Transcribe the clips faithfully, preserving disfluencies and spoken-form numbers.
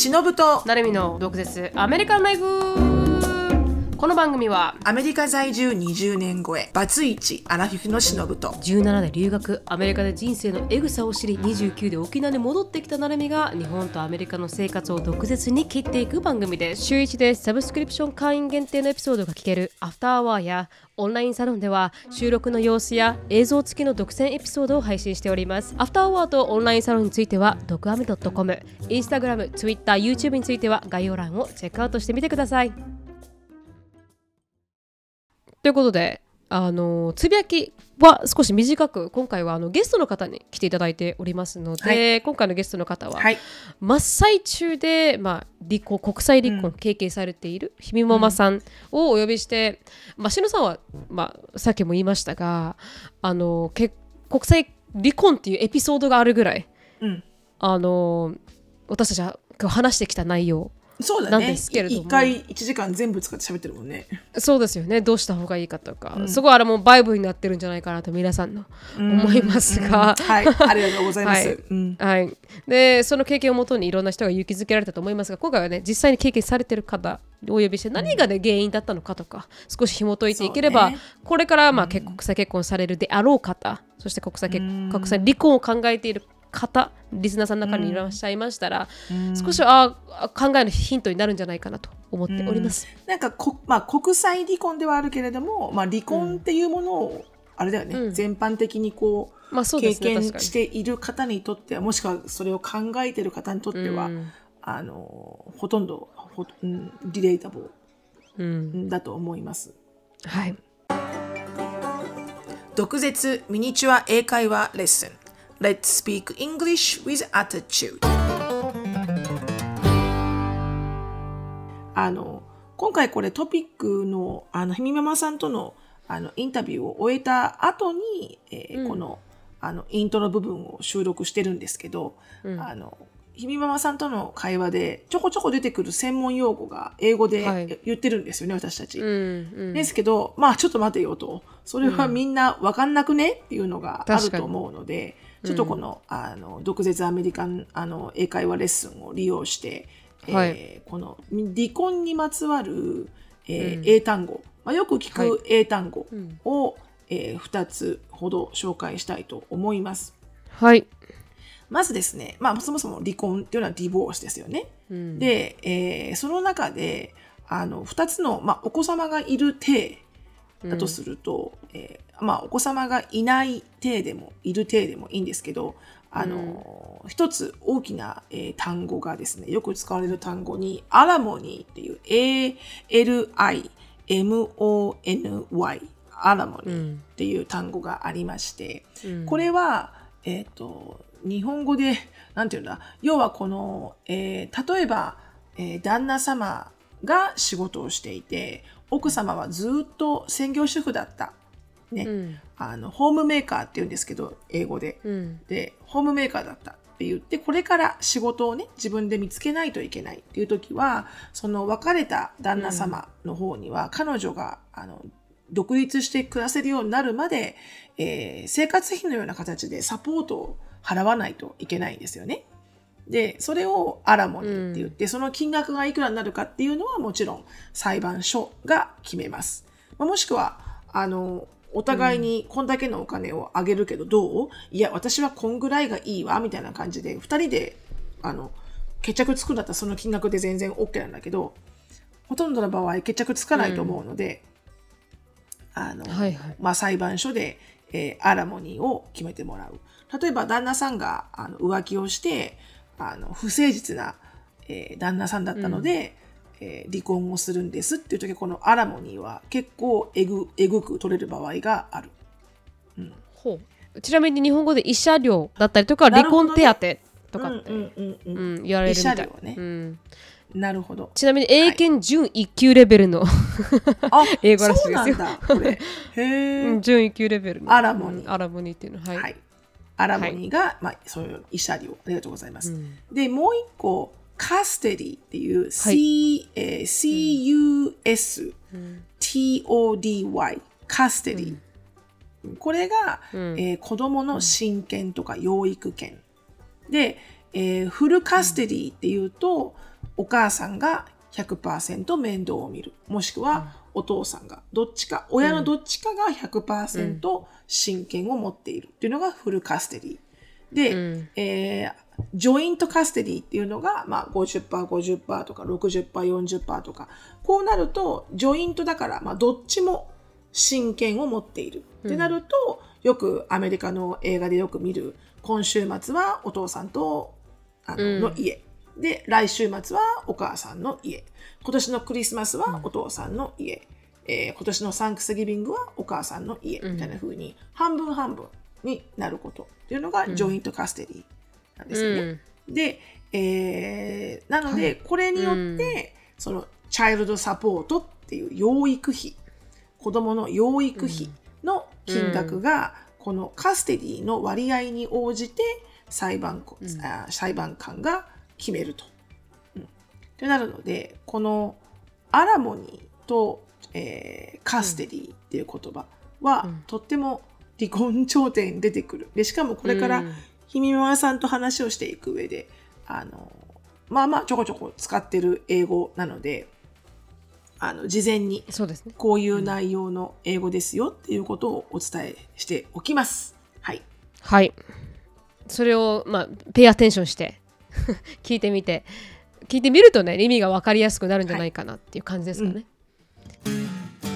しのぶとなるみの毒舌アメリカンライフ。この番組はアメリカ在住にじゅうねん超えバツイチアラフィフのしのぶとじゅうななで留学、アメリカで人生のエグさを知りにじゅうきゅうで沖縄に戻ってきたなるみが日本とアメリカの生活を毒舌に切っていく番組です。週いちでサブスクリプション会員限定のエピソードが聞けるアフターアワーやオンラインサロンでは収録の様子や映像付きの独占エピソードを配信しております。アフターアワーとオンラインサロンについてはドクアメ .com、 インスタグラム、ツイッター、YouTube については概要欄をチェックアウトしてみてください。ということで、あのつぶやきは少し短く、今回はあのゲストの方に来ていただいておりますので、はい、今回のゲストの方は、はい、真っ最中で、まあ、離婚国際離婚を経験されているひみママさんをお呼びして、うんまあ、しのさんは、まあ、さっきも言いましたが、あのけ国際離婚っていうエピソードがあるぐらい、うん、あの私たちは今日話してきた内容そうだね、なんですけれども、いっかいいちじかん全部使って喋ってるもんね。 そうですよね。どうした方がいいかとか、うん、そこはあれもバイブルになってるんじゃないかなと皆さんの思いますが、 はい、ありがとうございます、 はいうんはい、でその経験をもとにいろんな人が勇気づけられたと思いますが、今回はね実際に経験されてる方をお呼びして何が、ね、原因だったのかとか少し紐解いていければ、ね、これから、まあ、国際結婚されるであろう方、そして国際結国際離婚を考えている方、リスナーさんの中にいらっしゃいましたら、うん、少しは考えのヒントになるんじゃないかなと思っております。 うん、なんかこ、まあ、国際離婚ではあるけれども、まあ、離婚っていうものを、うん、あれだよね、うん、全般的にこう、まあそうですね、経験している方にとっては、もしくはそれを考えている方にとっては、うん、あのほとんどほ、うん、リレータブルだと思います。 うん、はい。 毒舌ミニチュア英会話レッスン。Let's speak English with attitude. あの今回これトピックのあのひみママさんとのあのインタビューを終えた後に、えーうん、このあのイントロ部分を収録してるんですけど、うん、あのひみママさんとの会話でちょこちょこ出てくる専門用語が英語で言ってるんですよね、はい、私たち、うんうん、ですけどまあちょっと待てよと、それはみんな分かんなくねっていうのがあると思うので、ちょっとこの、うん、あの毒舌アメリカンあの英会話レッスンを利用して、はいえー、この離婚にまつわる、えーうん、英単語、まあ、よく聞く英単語を、はいえー、ふたつほど紹介したいと思います。 はい。 まずですね、まあ、そもそも離婚っていうのはディボースですよね。うん、で、えー、その中であのふたつの、まあ、お子様がいる体だとすると、うんえーまあ、お子様がいない体でもいる体でもいいんですけど、あの、うん、一つ大きな、えー、単語がですね、よく使われる単語にアラモニーっていう エーエルアイエムオーエヌワイ アラモニーっていう単語がありまして、うん、これは、えっと、日本語でなんていうんだ、要はこの、えー、例えば、えー、旦那様が仕事をしていて、奥様はずっと専業主婦だった、ねうん、あのホームメーカーって言うんですけど英語で、うん、でホームメーカーだったって言って、これから仕事をね自分で見つけないといけないっていう時は、その別れた旦那様の方には、うん、彼女があの独立して暮らせるようになるまで、えー、生活費のような形でサポートを払わないといけないんですよね。で、それをアラモニーって言って、うん、その金額がいくらになるかっていうのはもちろん裁判所が決めます。もしくは、あの、お互いにこんだけのお金をあげるけどどう？いや、私はこんぐらいがいいわ、みたいな感じで、二人で、あの、決着つくんだったらその金額で全然 OK なんだけど、ほとんどの場合決着つかないと思うので、うん、あの、はいはい、まあ、裁判所で、えー、アラモニーを決めてもらう。例えば旦那さんがあの浮気をして、あの不誠実な、えー、旦那さんだったので、うんえー、離婚をするんですっていう時は、このアラモニーは結構えぐ、えぐく取れる場合がある、うん、 ほう。ちなみに日本語で慰謝料だったりとか、離婚手当とかって言われるみたい。慰謝料ね、うん、 なるほど。 ちなみに英検準いっ級レベルの、はい、英語らしいですよ。 そうなんだこれ。へー、 準いっ級レベルのアラモニー、 うん、アラモニーっていうのは、はいはい、 アラモニーが、はいまあ、そういう慰謝料、ありがとうございます。うん、で、もう一個、カステディっていう、はい C えー、シーユーエスティーオーディーワイ、カステディ。うん、これが、うんえー、子供の親権とか養育権。で、えー、フルカステディっていうと、 お母さんが ひゃくパーセント 面倒を見る。もしくはお父さんが、どっちか、親のどっちかが ひゃくパーセント 親権を持っているっていうのがフルカステディ。で、うん、えー、ジョイントカステディっていうのが、まあ、ごじゅっパーセント、ごじゅっパーセント とか ろくじゅっパーセント、よんじゅっパーセント とか、こうなると、ジョイントだから、まあ、どっちも親権を持っているってなると、うん、よくアメリカの映画でよく見る、今週末はお父さんとあの、うん、の家。で、来週末はお母さんの家。今年のクリスマスはお父さんの家。うん、えー、今年のサンクスギビングはお母さんの家。みたいな風に、半分半分になることっていうのが、ジョイントカステディなんですよね。うん、で、えー、なので、これによって、うん、その、チャイルドサポートっていう養育費、子供の養育費の金額が、このカステディの割合に応じて、裁判、うん、あ裁判官が決めると。うん、ってなるので、このアラモニーと、えー、カステディっていう言葉は、うん、とっても離婚調停に出てくる。で、しかもこれからひみままさんと話をしていく上で、あの、まあまあちょこちょこ使ってる英語なので、あの、事前にこういう内容の英語ですよっていうことをお伝えしておきます。はい。 はい。それを、まあ、ペイアテンションして聞いてみて聞いてみるとね、意味が分かりやすくなるんじゃないかなっていう感じですかね。はい、うん、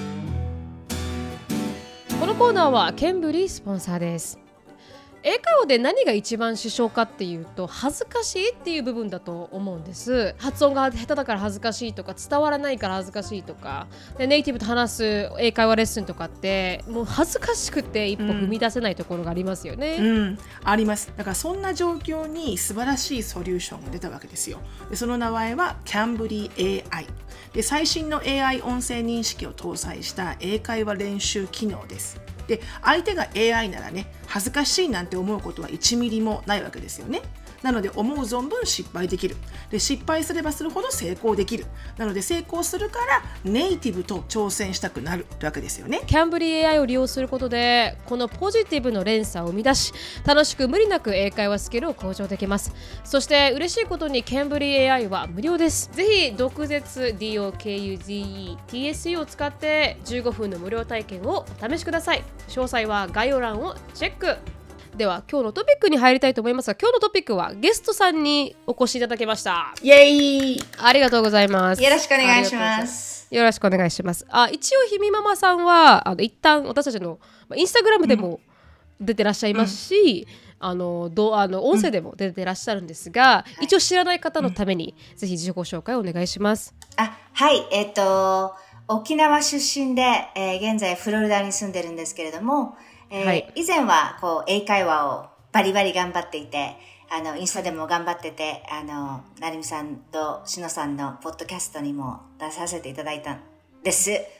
このコーナーはケンブリースポンサーです。英会話で何が一番支障かっていうと、恥ずかしいっていう部分だと思うんです。発音が下手だから恥ずかしいとか、伝わらないから恥ずかしいとかで、ネイティブと話す英会話レッスンとかってもう恥ずかしくて一歩踏み出せないところがありますよね。 うんうん、あります。だからそんな状況に素晴らしいソリューションが出たわけですよ。でその名前はキャンブリー エーアイ で、最新の エーアイ 音声認識を搭載した英会話練習機能です。で、相手が エーアイ ならね、恥ずかしいなんて思うことはいちミリもないわけですよね。なので思う存分失敗できる。で、失敗すればするほど成功できる。なので成功するからネイティブと挑戦したくなるってわけですよね。 キャンブリー エーアイ を利用することで、このポジティブの連鎖を生み出し、楽しく無理なく英会話スキルを向上できます。そして嬉しいことにキャンブリー エーアイ は無料です。ぜひ毒舌 ディーオーケーユーゼットティーエスイー を使ってじゅうごふんの無料体験をお試しください。詳細は概要欄をチェック。では今日のトピックに入りたいと思いますが、今日のトピックはゲストさんにお越しいただきました。 イエーイ、 ありがとうございます。 よろしくお願いします。 よろしくお願いします。あ、一応ひみママさんはあの一旦私たちのインスタグラムでも出てらっしゃいますし、うん、あのどあの音声でも出てらっしゃるんですが、うん、一応知らない方のために、うん、ぜひ自己紹介をお願いします。 あ、はい、えっと沖縄出身で、えー、現在フロリダに住んでるんですけれども、えーはい、以前はこう英会話をバリバリ頑張っていて、あのインスタでも頑張ってて、あのなるみさんとしのさんのポッドキャストにも出させていただいたんです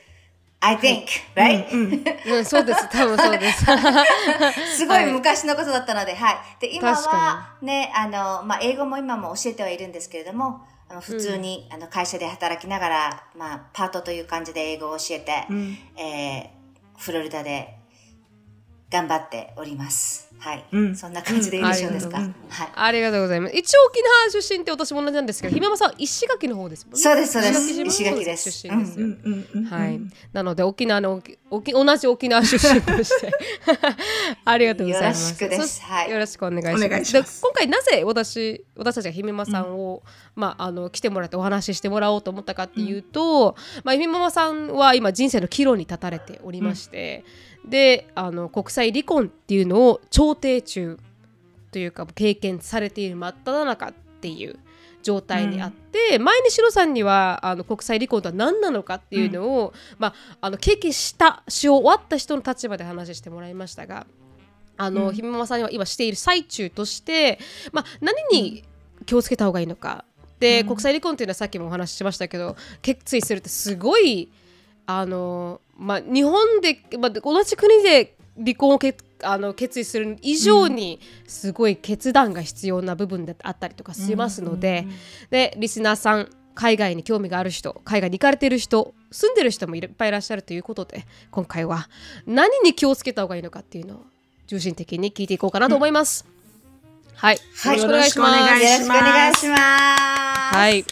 。I think, right? うんうんうん、そうです、多分そうです。 すごい昔のことだったので、はい。で、今はね、あの、まあ、英語も今も教えてはいるんですけれども、あの普通に、うん、あの会社で働きながら、まあ、パートという感じで英語を教えて、うん、えー、フロリダで頑張っております。はい、うん、そんな感じでいいでしょうですか、うん、はい、 ありがとうございます。一応沖縄出身って私も同じなんですけど、ひめまさん石垣の方ですもんね。 そうですそうです、石垣です。 出身ですよ、うんうんうんうん、はい。なので沖縄の沖同じ沖縄出身としてありがとうございます。 よろしくです。はい、 よろしくお願いします。お願いします。で今回なぜ私私たちがひめまさんを、うん、まああの来てもらってお話ししてもらおうと思ったかっていうと、うん、まあひめまさんは今人生の岐路に立たれておりまして、うん、であの国際離婚っていうのを調停中というか経験されている真っ只中っていう状態にあって、うん、前にシロさんにはあの国際離婚とは何なのかっていうのを、うんまあ、あの経験したし終わった人の立場で話してもらいましたが、あの、うん、ひめママさんには今している最中として、まあ、何に気をつけた方がいいのかで、うん、国際離婚っていうのはさっきもお話ししましたけど、決意するってすごいあの、まあ、日本で、まあ、同じ国で離婚をけあの決意する以上にすごい決断が必要な部分であったりとかしますので、うん、でリスナーさん海外に興味がある人、海外に行かれている人、住んでる人もいっぱいいらっしゃるということで、今回は何に気をつけた方がいいのかっていうのを重心的に聞いていこうかなと思います、うん、はい、 はい、 よろしくお願いします。 よろしくお願いします。 はい、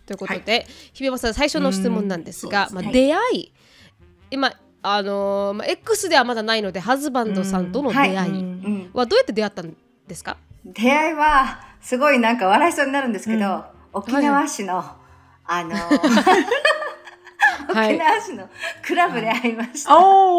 ということで、はい、日比山さん最初の質問なんですが、まあ、 すね、 出会い、今あのーまあ、X ではまだないのでハズバンドさんとの出会いはどうやって出会ったんですか？ 出会いはすごいなんか笑いそうになるんですけど、うん、沖縄市の、はい、あのー沖縄市のクラブで会いました。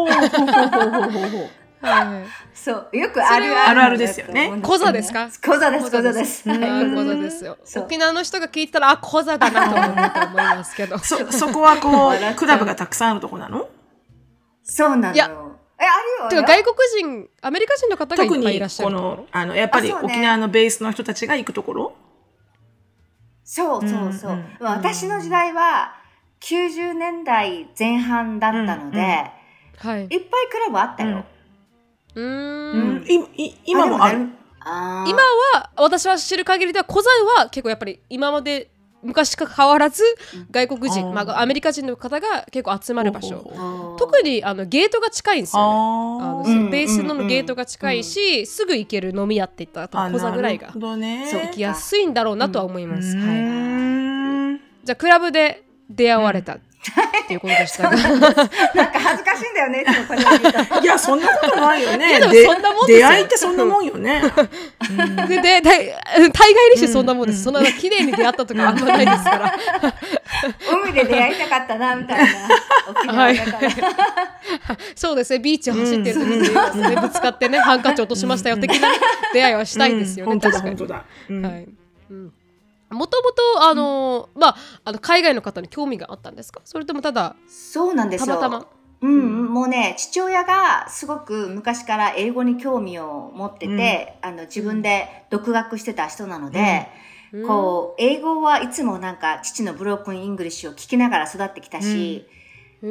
はい、そうよくあるあるあるですよね。 コザですか？ コザです、コザです。 コザですよ。沖縄の人が聞いたらあコザだなと思うと思いますけど。 そそこはこうクラブがたくさんあるとこなの？ そうなの。いや、えあるよ。 てか外国人、アメリカ人の方がいっぱいいらっしゃるところ。 特にこのあのやっぱり沖縄のベースの人たちが行くところ？ そうそうそう。うんうん、私の時代はきゅうじゅうねんだいぜん半だったので、うんうん、はい、いっぱいクラブあったよ。 うん、うんい今もある。 あ今は私は知る限りではコザは結構やっぱり今まで昔から変わらず外国人、まあ、アメリカ人の方が結構集まる場所、特にあのゲートが近いんですよね。あのベースのゲートが近いし、うんうん、すぐ行ける飲み屋って言ったらコザぐらいが、ね、そう行きやすいんだろうなとは思います、うんはい、じゃあクラブで出会われた、うんっていうことでしたがなんか恥ずかしいんだよねこれいやそんなことないよね。でそんなもんですよ。出会いってそんなもんよね。 うん、でで大概にしてそんなもんです、うん、そんな綺麗に出会ったとかあんまないですから海で出会いたかったなみたいな沖縄だから、はい、 そうですねビーチを走ってる時に、うん、ぶつかってねハンカチ落としましたよ的な出会いはしたいですよね、うん、確かに本当だ、うんはいうんもともとあの、うんまあ、あの海外の方に興味があったんですか？それともただそうなんですよたまたま、 うん、もうね父親がすごく昔から英語に興味を持ってて、うん、あの自分で独学してた人なので、うん、こう英語はいつもなんか父のブロークンイングリッシュを聞きながら育ってきたし、うん、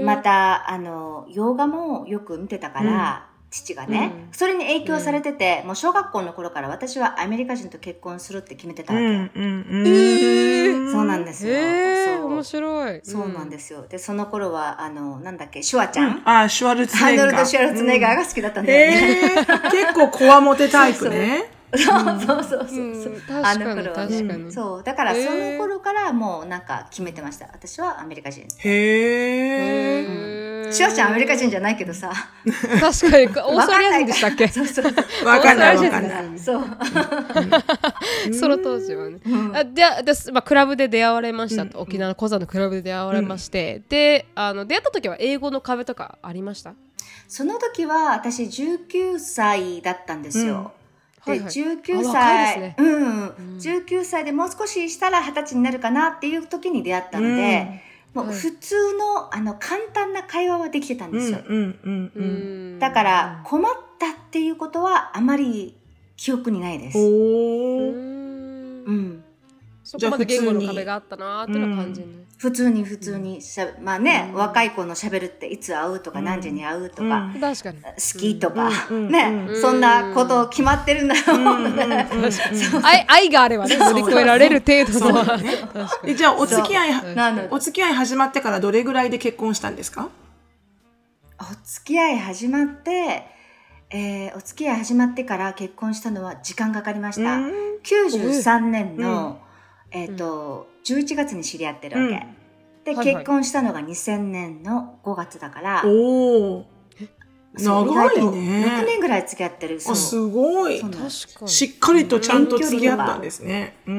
またあの洋画もよく見てたから、うん父がね、うん、それに影響されてて、うん、もう小学校の頃から私はアメリカ人と結婚するって決めてたわけ、うんうんうんえー、 そうなんですよ、 えー、そう面白いそうなんですよ。でその頃はあのなんだっけシュワちゃん、 うん、あシュワルツネッガーハンドルとシュワルツネッガーが好きだったんだよね、 うんえー、結構こわもてタイプねそうそうそうそうそう、うん、 あの頃はねそうだからその頃からもうなんか決めてました。私はアメリカ人。 へー、 うん、シュワちゃんアメリカ人じゃないけどさ確かにオーストラリア人でしたっけ？ そうそうそうわかんないわかんないそう、 うん、その当時はね、うん、あでで、まあ、クラブで出会われましたと、うん、沖縄のコザのクラブで出会われまして、うん、であの出会った時は英語の壁とかありました？ その時は私じゅうきゅうさいだったんですよ、うんではいはい、 じゅうきゅうさい、ねうんうん、じゅうきゅうさいでもう少ししたらはたちになるかなっていう時に出会ったので、うん、もう普通の、はい、あの簡単な会話はできてたんですよ、 うんうんうん、 だから困ったっていうことはあまり記憶にないです。 おうん、 そこまで言語の壁があったなーっていうのを感じる、ねうん、 普通に普通にしゃ、まあね、うん、若い子のしゃべるっていつ会うとか、うん、何時に会うとか、 うん、確かに好きとか、 うん、 ね、 うん、 そんなこと決まってるんだろう、うん、 愛, 愛があればね乗り越えられる程度のは、 ね、じゃあお付き合いお付き合い始まってからどれぐらいで結婚したんですか？ お付き合い始まってえー、お付き合い始まってから結婚したのは時間かかりました。きゅうじゅうさんねんの、うんえーとうん、じゅういちがつに知り合ってるわけ、うん、で、はいはい、結婚したのがにせんねんのごがつだからお長いね。 ろくねんぐらい付き合ってる。 そうすごい。 確かにしっかりとちゃんと付き合ったんですね。 うん、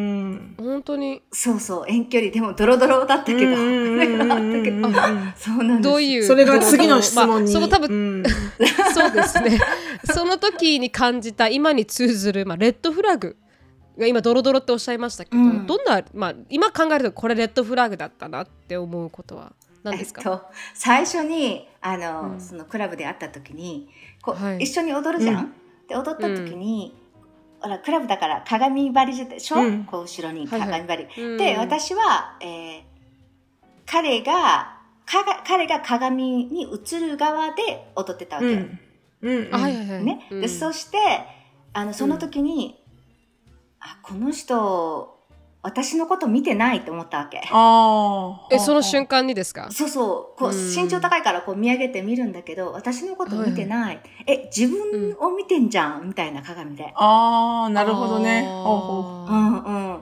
本当にそうそう遠距離でもドロドロだったけど、あったけど、そうなんです。 どういうそれが次の質問に、 まあ、その多分、うん、そうですね。その時に感じた今に通ずるまあレッドフラグが今ドロドロっておっしゃいましたけど、うん、どんなまあ今考えるとこれレッドフラグだったなって思うことは何ですか？ えっと、最初にあの、うん、そのクラブで会った時にこう、はい、一緒に踊るじゃん、うん、で踊った時に、うん、ほらクラブだから鏡張りでしょ、うん、こう後ろに鏡張り、はいはい、で、うん、私は、えー、彼がか彼が鏡に映る側で踊ってたわけ、うんうんねうん、でそしてあのその時に、うん、あこの人私のこと見てないと思ったわけ。 あえその瞬間にですか？ そうそうこう、うん、身長高いからこう見上げて見るんだけど私のこと見てない、はい、え自分を見てんじゃん、うん、みたいな鏡で。 ああなるほどね。 うんうん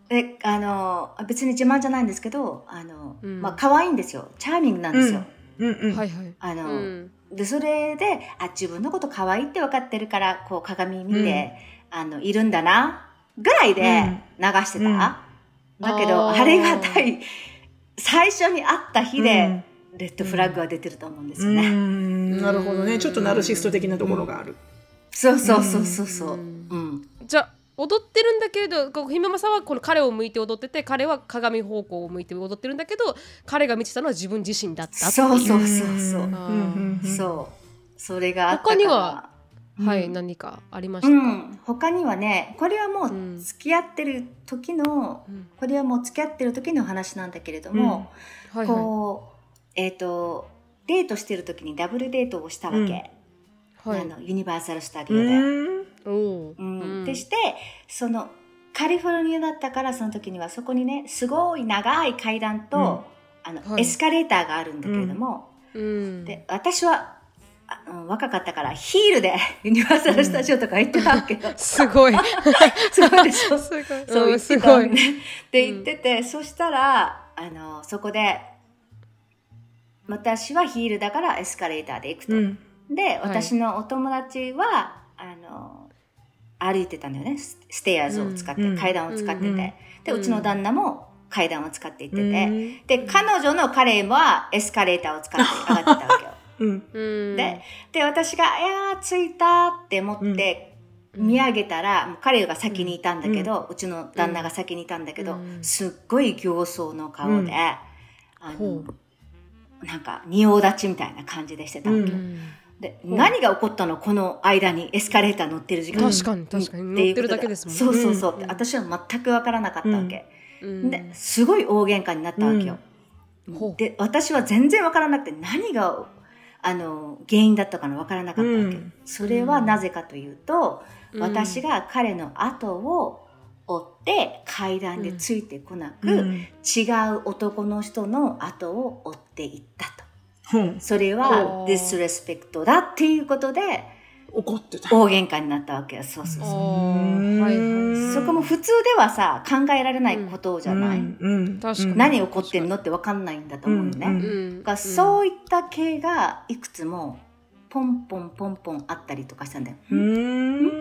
えあの別に自慢じゃないんですけど、あの、 うん、 まあ可愛いんですよ。チャーミングなんですよ。 うんうんうん、 はいはい。 あの、 うん、 でそれであ自分のこと可愛いって分かってるからこう鏡見て、うん、あのいるんだなぐらいで流してた。うんうん、だけど あ, あれが対最初に会った日で、うん、レッドフラッグが出てると思うんですよね。 うん、なるほどね。ちょっとナルシスト的なところがある。うん、 そうそうそうそうそう。うん、 じゃあ踊ってるんだけど、姫マさんはこの彼を向いて踊ってて、彼は鏡方向を向いて踊ってるんだけど、彼が見てたのは自分自身だったっていう。 そうそうそうそう。そう。それがあったから。 他には、うん、はい、何かありましたか？ うん、他にはね、これはもう付き合ってる時の、うん、これはもう付き合ってる時の話なんだけれども、うん、はいはい、こう、えっと、デートしてる時にダブルデートをしたわけ。うん、はい、あのユニバーサルスタジオで。うんうん、でしてそのカリフォルニアだったからその時にはそこにねすごい長い階段と、うん、あのはい、エスカレーターがあるんだけれども、うん、で私はあ、うん、若かったからヒールでユニバーサルスタジオとか行ってたわけど、うん、 すごいそうでしょすごいそう言ってた、ね、って言ってて、うん、そしたらあのそこで私はヒールだからエスカレーターで行くと、うん、で私のお友達はあの歩いてたんだよね。ステアーズを使って、うん、階段を使ってて、うん、で、うちの旦那も階段を使って行ってて、うん、で、彼女の彼はエスカレーターを使って上がってたわけよ。うん、で, で、私が、いやー、着いたって思って見上げたら、うん、彼が先にいたんだけど、うん、うちの旦那が先にいたんだけど、うん、すっごい形相の顔で、うん、あの、なんか仁王立ちみたいな感じでしてたわけよ。うんで何が起こったのこの間にエスカレーター乗ってる時間確かに確かに乗ってるだけですもんね。 そうそうそう、うん、私は全く分からなかったわけ、うん、ですごい大喧嘩になったわけよ、うん、で私は全然分からなくて何があの原因だったかの分からなかったわけ、うん、それはなぜかというと、うん、私が彼の後を追って階段でついてこなく、うん、違う男の人の後を追っていったと、うん、それはディスレスペクトだっていうことで怒ってた大喧嘩になったわけよ。そうそうそう、はいはい、そこも普通ではさ考えられないことじゃない、うんうん、確かに何起こってんのって分かんないんだと思うよね、うんうん、がそういった系がいくつもポンポンポンポンあったりとかしたんだよ、うん、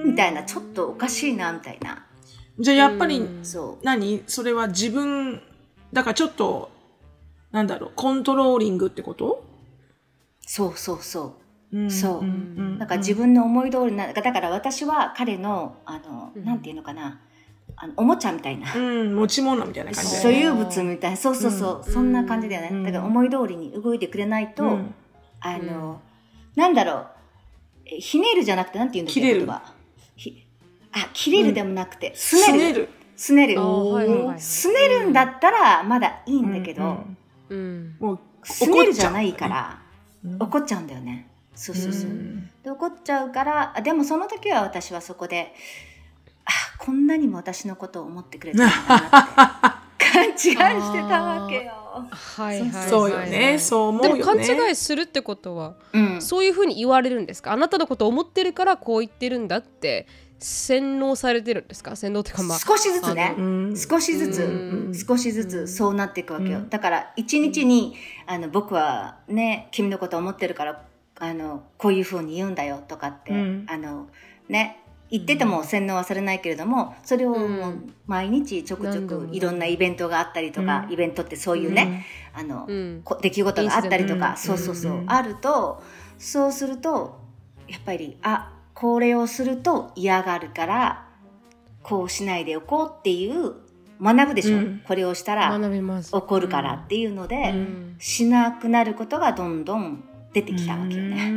みたいなちょっとおかしいなみたいな。 じゃあやっぱり、うん、そう何それは自分だからちょっとなんだろうコントローリングってこと？ そうそうそう、うん、そう、うん、だから自分の思い通りなだから私は彼のあの、うん、なんていうのかなあのおもちゃみたいな、 うん、持ち物みたいな感じで、 所有物みたいなそうそうそう、うん、そんな感じだよね、うん、だから思い通りに動いてくれないと、うん、あの、うん、なんだろうひねるじゃなくてなんて言うんだっけ切れるあ切れるでもなくて、うん、すねるすねるすねるんだったらまだいいんだけど、うんうん、もうすねるじゃないから怒っちゃうんだよね。そうそうそう、うん、で怒っちゃうからでもその時は私はそこであこんなにも私のことを思ってくれたんだなって勘違いしてたわけよ。 はいはいはい、 そうよねそう思うよね。 でも勘違いするってことは、うん、そういうふうに言われるんですか？あなたのことを思ってるからこう言ってるんだって洗脳されてるんですか？洗脳ってかまあ少しずつね、うん、少しずつ、うん、少しずつそうなっていくわけよ、うん、だから一日にあの僕はね君のことを思ってるからあのこういう風に言うんだよとかって、うん、あのね言ってても洗脳はされないけれどもそれをもう毎日ちょくちょくいろんなイベントがあったりとか、うん、イベントってそういうね、うん、あの、うん、出来事があったりとか、うん、そうそうそう、うん、あるとそうするとやっぱりあこれをすると嫌がるからこうしないでおこうっていう学ぶでしょ、うん、これをしたら怒るからっていうので、うん、しなくなることがどんどん出てきたわけよね、うん、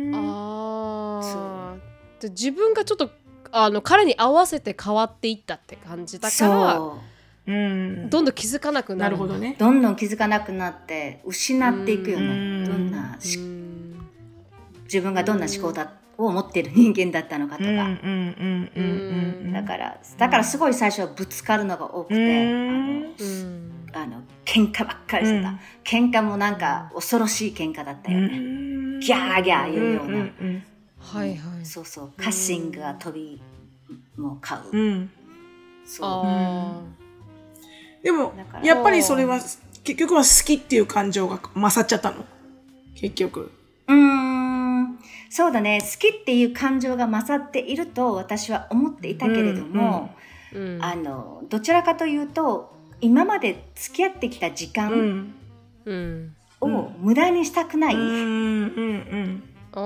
あで自分がちょっとあの彼に合わせて変わっていったって感じだからそう、うん、どんどん気づかなくなる。 なるほどね。どんどん気づかなくなって失っていくよね、うん、どんなし、うん、自分がどんな思考だを持っている人間だったのかとか、だからだからすごい最初はぶつかるのが多くて、うん、あの、あの喧嘩ばっかりしてた、うん、喧嘩もなんか恐ろしい喧嘩だったよね、うん、ギャーギャー言うような、うんうんうん、 はいはい、 そうそうカッシングが飛びもう買う、うん、そうあ、 でもやっぱりそれは結局は好きっていう感情が勝っちゃったの結局。 うーんそうだね、好きっていう感情が勝っていると私は思っていたけれども、うんうん、あのどちらかというと今まで付き合ってきた時間を無駄にしたくない、うんうんうん、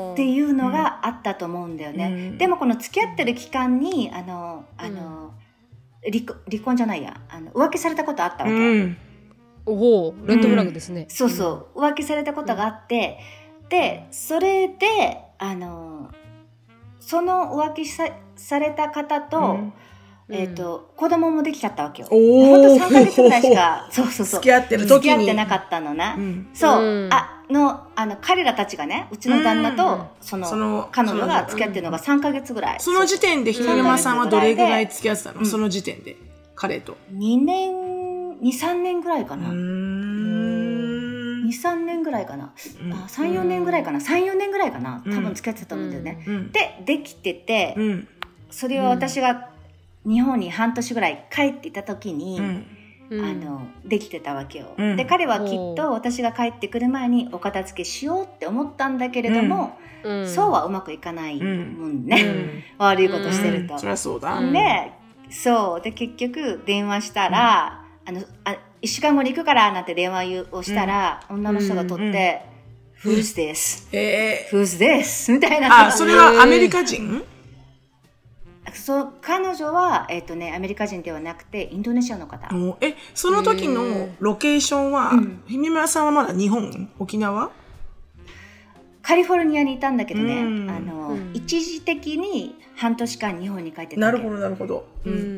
っていうのがあったと思うんだよね、うん、でもこの付き合ってる期間にあのあの、うん、離, 離婚じゃないやあの浮気されたことあったわけ、うん、 おおレッドフラグですね、 うん、そうそう、浮気されたことがあって、うん、でそれであのその浮気 さ, された方と、うんえーと、子供もできちゃったわけよ。ほんとさんかげつぐらいしかそうそうそう付き合ってる時に付き合ってなかったのね、うん、そう、うん、あのあの彼らたちがねうちの旦那と、うん、そのその彼女が付き合ってるのがさんかげつぐらい。 その時点でひめまさんはどれぐらい付き合ってたの、うん、その時点で彼とにねんにさんねんぐらいかな。うーんにさんねんぐらいかな、うん、あさんよねんぐらいかなさんよねんぐらいかな、多分付き合ってたと思うんだよね、うん、でできてて、うん、それは私が日本に半年ぐらい帰っていた時に、うん、あのできてたわけよ、うん、で彼はきっと私が帰ってくる前にお片付けしようって思ったんだけれども、うん、そうはうまくいかないもんね、うん、悪いことしてると、うん、 そりゃそうだ、 でそうで結局電話したら、うん、あのあいっしゅうかんごに行くからなんて電話をしたら、うん、女の人が取って、うん、Who's this? えー、Who's this? みたいな。 あ、それはアメリカ人？ そう彼女は、えーとね、アメリカ人ではなくてインドネシアの方。 えその時のロケーションは、ひめまさんはまだ日本沖縄カリフォルニアにいたんだけどね、あの、うん、一時的に半年間日本に帰ってたわけ。なるほどなるほど、 うんうん、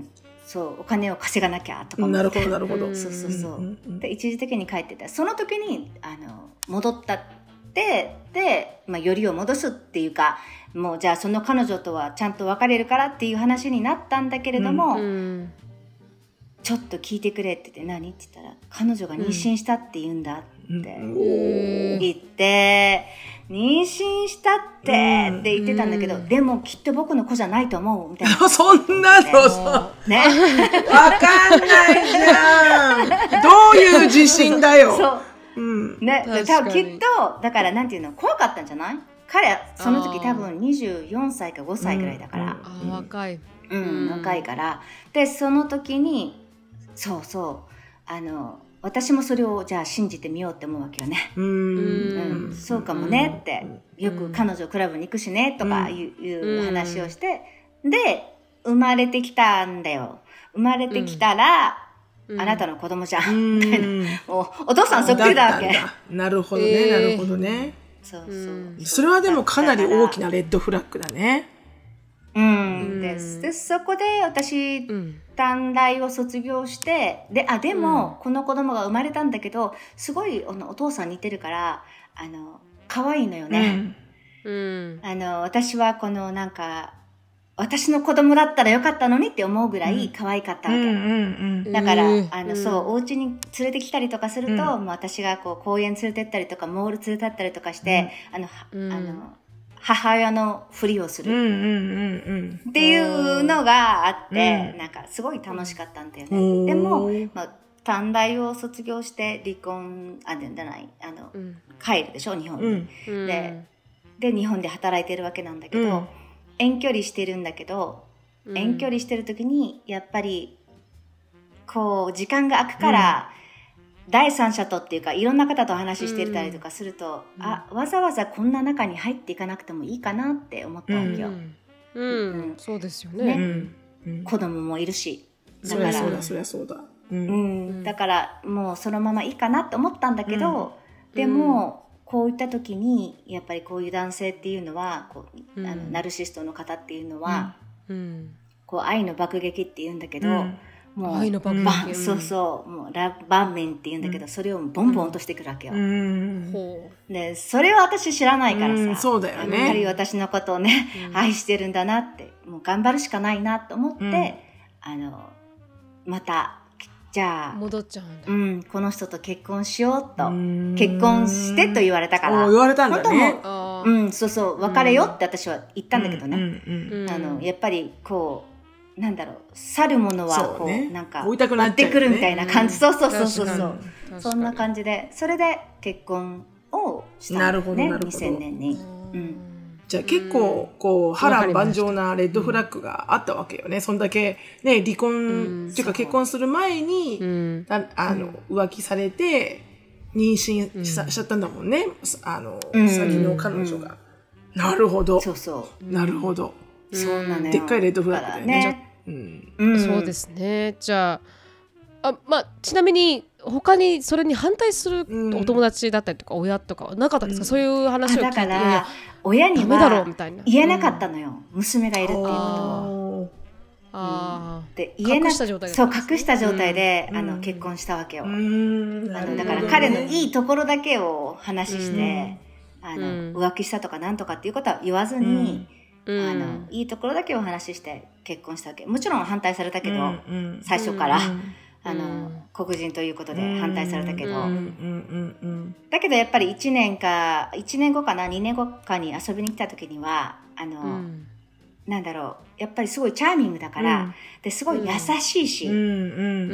そうお金を稼がなきゃとか思って。 なるほどなるほど、 そうそうそう、うん、で一時的に帰ってた。その時にあの戻ったってで、まあ、よりを戻すっていうかもうじゃあその彼女とはちゃんと別れるからっていう話になったんだけれども、うん、ちょっと聞いてくれって言って何って言ったら彼女が妊娠したって言うんだって言って、うん、妊娠したってって言ってたんだけど、うん、でもきっと僕の子じゃないと思うみたいなそんなのそうねわかんないじゃんどういう自信だよそう、うんね、多分きっとだからなんていうの怖かったんじゃない？彼はその時多分にじゅうよんさいかごさいぐらいだから、 うん、あ若い、 うん、若いからでその時にそうそうあの私もそれをじゃあ信じてみようって思うわけよね。うん、うん、そうかもねってよく彼女クラブに行くしねとかいう、いう話をしてで生まれてきたんだよ。生まれてきたら、うん、あなたの子供じゃんみたいな、もうお父さんそっくりだわけ。 なるほどね、えー、なるほどね。 そうそう、うん、 それはでもかなり大きなレッドフラッグだね。 うん、です。でそこで私、うん、短大を卒業してであでも、うん、この子供が生まれたんだけどすごい お, お父さん似てるからあの可愛いのよね、うん、あの私はこのなんか私の子供だったらよかったのにって思うぐらい可愛かったわけ、うんうんうん、だから、えー、あのそうお家に連れてきたりとかすると、うん、もう私がこう公園連れてったりとかモール連れてったりとかして、うん、あの、うん、あの母親のふりをするっていうのがあって、うん、なんかすごい楽しかったんだよね。でも、まあ、短大を卒業して離婚あでないあの、うん、帰るでしょ日本に、うん、で, で日本で働いてるわけなんだけど、うん、遠距離してるんだけど、うん、遠距離してる時にやっぱりこう時間が空くから、うん、第三者とっていうかいろんな方と話してたりとかすると、うん、あわざわざこんな中に入っていかなくてもいいかなって思ったわけよ、うんうんうん、そうですよね、ねうん、子供もいるしだからそうだそうだそうだ、 うんうん、だからもうそのままいいかなって思ったんだけど、うん、でもこういった時にやっぱりこういう男性っていうのはこう、うん、あのナルシストの方っていうのは、うんうん、こう愛の爆撃っていうんだけど、うんもう愛の爆撃、 そうそうもうラバーメンって言うんだけど、うん、それをボンボン落としてくるわけよ、うん、でそれは私知らないからさ、うん、 そうだよね、 やはり私のことをね、うん、愛してるんだなってもう頑張るしかないなと思って、うん、あのまたじゃあ戻っちゃうんだ、 うん、この人と結婚しようと結婚してと言われたから言われたんだね、 うん、そうそう別れよって私は言ったんだけどね、うんうんうん、あのやっぱりこうなんだろう、去るものはこう、 ね、 なんか追いたくなっちゃうよね、 追ってくるみたいな感じ、うん、そうそうそうそうそう、 うん、 そんな感じで、それで結婚をしたんですね、にせんねんに。うん、 じゃあ結構こう波乱万丈なレッドフラッグがあったわけよね。そんだけね、離婚っていうか結婚する前に、うん、ああの浮気されて妊娠 し, しちゃったんだもんね。あの、うん、先の彼女が、うん。なるほど。 そうそう。 なるほど。 そうなのよ。 でっかいレッドフラッグだよね。 うんうん、そうですね。じゃあ、あ、まあ、ちなみに他にそれに反対するお友達だったりとか親とかはなかったですか、うん、そういう話を聞いて。 だから親には言えなかったのよ、うん、娘がいるっていうことを。あ、うん、で言えな、隠した状態で、そう隠した状態で、うん、あの結婚したわけよ、うん、あのだから彼のいいところだけを話して、うん、あの、うん、浮気したとかなんとかっていうことは言わずに、うん、あのいいところだけを話して結婚したわけ。もちろん反対されたけど、うん、最初から、うん、あの黒人ということで反対されたけど、うん、だけどやっぱりいちねんかいちねんごかなにねんごかに遊びに来た時にはあの、うん、なんだろう、やっぱりすごいチャーミングだから、うん、ですごい優しいし、うん、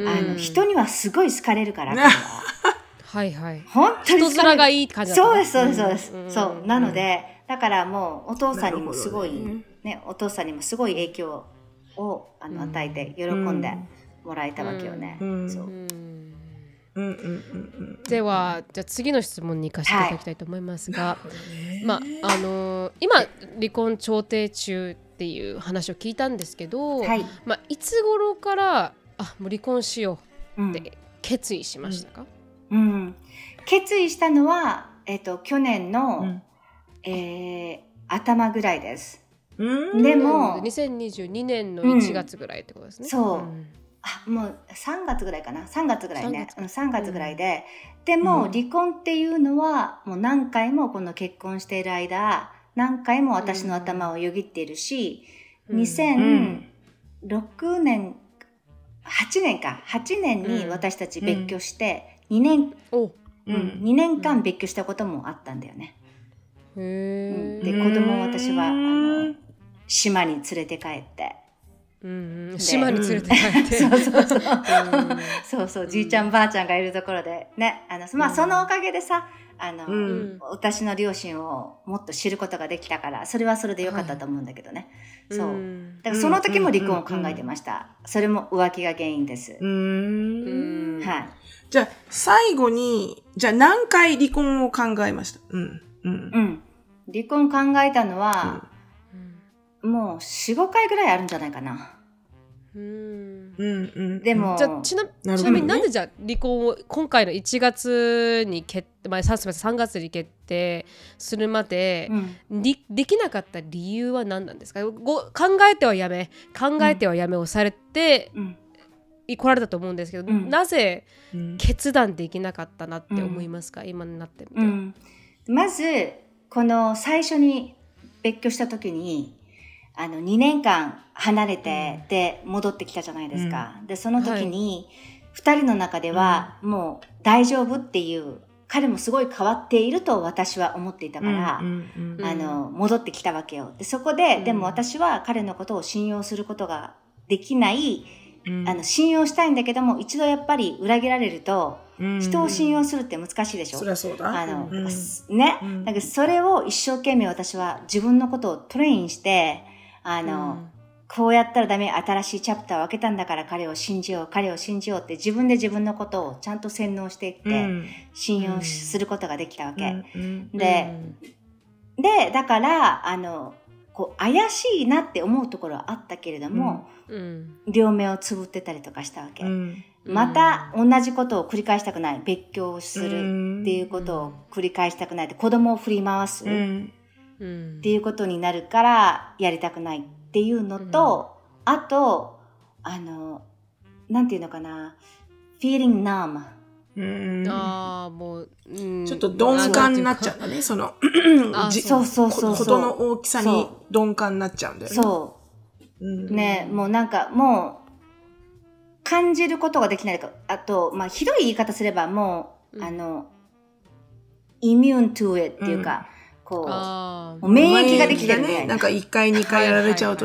あの人にはすごい好かれるから、うん、 はいはい、 本当に人面がいい感じだった。 そうですそうですそうです、うん、そうなので、だからもうお父さんにもすごい、ねね、お父さんにもすごい影響をあの与えて喜んでもらえたわけよね、うん、そう、うんうんうんうん、ではじゃあ次の質問に行かせていただきたいと思いますが、はい、まああのー、今離婚調停中っていう話を聞いたんですけど、はい、まあ、いつ頃からあもう離婚しようって決意しましたか？ うんうん、決意したのは、えーと、去年の、うんえー、頭ぐらいです。うん、でもにせんにじゅうにねんのいちがつぐらいってことですね、 うん、そう、うん、あもうさんがつぐらいかなさんがつぐらいねさんがつ、さんがつぐらいで、うん、でも離婚っていうのはもう何回もこの結婚している間何回も私の頭をよぎっているし、うん、にせんろくねんはちねんかはちねんに私たち別居してにねん、うんうん、にねんかん別居したこともあったんだよね。へー、で子供を私はあの島に連れて帰って、 うんうん、島に連れて帰って、 うん、そうそうそうそうそう、じいちゃんばあちゃんがいるところでね、あのまあそのおかげでさ、あの、うん、私の両親をもっと知ることができたからそれはそれでよかったと思うんだけどね、はい、そうだからその時も離婚を考えてました、うん、それも浮気が原因です。うーん、はい、じゃあ最後にじゃあ何回離婚を考えました？うんうん、 うん、離婚考えたのは、うん、もう よん,ご 回ぐらいあるんじゃないかな。うんうんうん、でもじゃあちな、ちなみになんでじゃあ離婚を今回のいちがつに決、まあ、さんがつに決定するまで、うん、できなかった理由は何なんですか？ご考えてはやめ考えてはやめをされて、うん来られたと思うんですけど、うん、なぜ決断できなかったなって思いますか、うん、今になってみて、うん、 まずこの最初に別居した時にあのにねんかん離れて、うん、で戻ってきたじゃないですか、うん、でその時にふたりの中ではもう大丈夫っていう、彼もすごい変わっていると私は思っていたから、うんうんうん、あの戻ってきたわけよ。でそこで、うん、でも私は彼のことを信用することができないうん、あの信用したいんだけども一度やっぱり裏切られると、うん、人を信用するって難しいでしょ。 そりゃそうだ。 あの、うん、ね、うん、だからそれを一生懸命私は自分のことをトレインしてあの、うん、こうやったらダメ、新しいチャプターを開けたんだから彼を信じよう彼を信じようって自分で自分のことをちゃんと洗脳していって、うん、信用することができたわけ、うん、で、うん、でだからあのこう怪しいなって思うところはあったけれども、うん、両目をつぶってたりとかしたわけ、うん、また同じことを繰り返したくない、別居をするっていうことを繰り返したくないって、子供を振り回すっていうことになるからやりたくないっていうのと、うん、あとあのなんていうのかな feeling numb、 うんあもう、 うん、ちょっと鈍感になっちゃうんだね、そのそうそうそうことの大きさに鈍感になっちゃうんだよね。 そう、うん、ね、もうなんかもう感じることができないか、あとまあひどい言い方すればもう、うん、あのイミューントゥエっていうか、うん、こうもう免疫ができてるみたいな、 ね、なんかいっかいにかいやられちゃうとね、はいはいはい、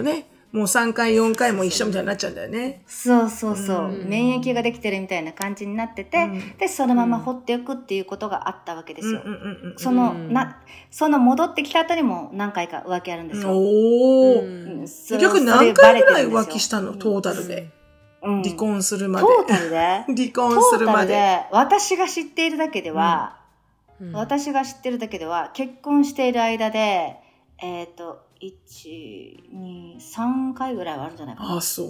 もうさんかいよんかいも一緒みたいになっちゃうんだよね。 そうそうそう、うん、免疫ができてるみたいな感じになってて、うん、でそのまま放っておくっていうことがあったわけですよ。そのなその戻ってきた後にも何回か浮気あるんですよ。 おお、うん、結局何回ぐらい浮気したのトータルで、うん、離婚するまで。 トータルで離婚するまで。 で私が知っているだけでは、うんうん、私が知ってるだけでは結婚している間でえっ、ー、といち、に、さんかいぐらいはあるんじゃないかな。 あ、そう。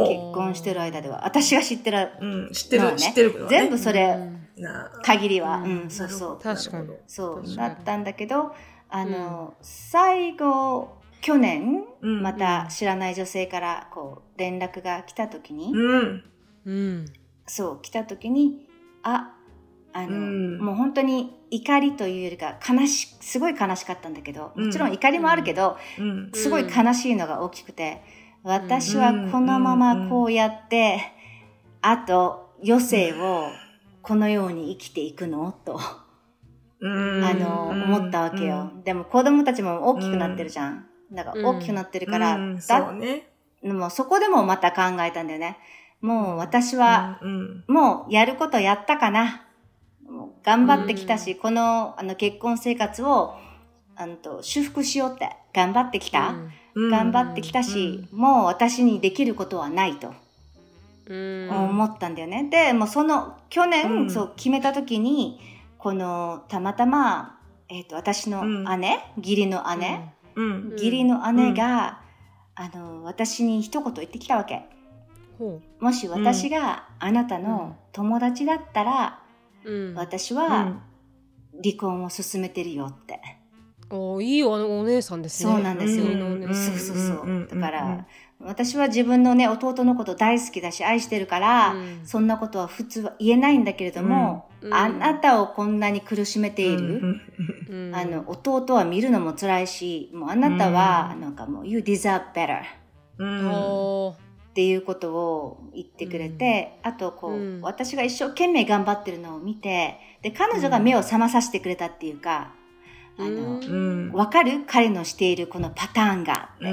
結婚してる間では。私が知ってる、 うん、知ってる、ね、知ってる、ね。 全部それ、うん、限りは、 うん、 うん、そうそう。 確かに。 そう、だったんだけど、あの、うん、最後、去年、うん、また知らない女性から、こう、連絡が来たときに、 うんうん、 そう、来たときに、あ、あの、うん、もう本当に怒りというよりか悲しすごい悲しかったんだけど、もちろん怒りもあるけど、うん、すごい悲しいのが大きくて、私はこのままこうやって、あと余生をこのように生きていくのと、うん、あの思ったわけよ、うん、でも子供たちも大きくなってるじゃん、だから大きくなってるから、 うん、 だそうね、 もうそこでもまた考えたんだよね。もう私は、もうやることやったかな、頑張ってきたし、うん、この、あの結婚生活をあのと修復しようって頑張ってきた、うん、頑張ってきたし、うん、もう私にできることはないと、うん、思ったんだよね。でもうその去年、うん、そう決めた時にこのたまたま、えーと、私の姉、うん、義理の姉、うん、義理の姉が、うん、あの私に一言言ってきたわけ、うん、もし私があなたの友達だったら、うん、私は離婚を進めてるよって、 うん、おいい お, お姉さんですね。 そうなんですよ、うん、そうそうそう、うん、だから、うん、私は自分のね弟のこと大好きだし愛してるから、うん、そんなことは普通は言えないんだけれども、うん、あなたをこんなに苦しめている、うん、あの弟は見るのも辛いし、もうあなたは、うん、なんかもう You deserve better、うんっていうことを言ってくれて、うん、あとこう、うん、私が一生懸命頑張ってるのを見て、で彼女が目を覚まさせてくれたっていうか、うん、あの、うん、分かる？彼のしているこのパターンがって、うん、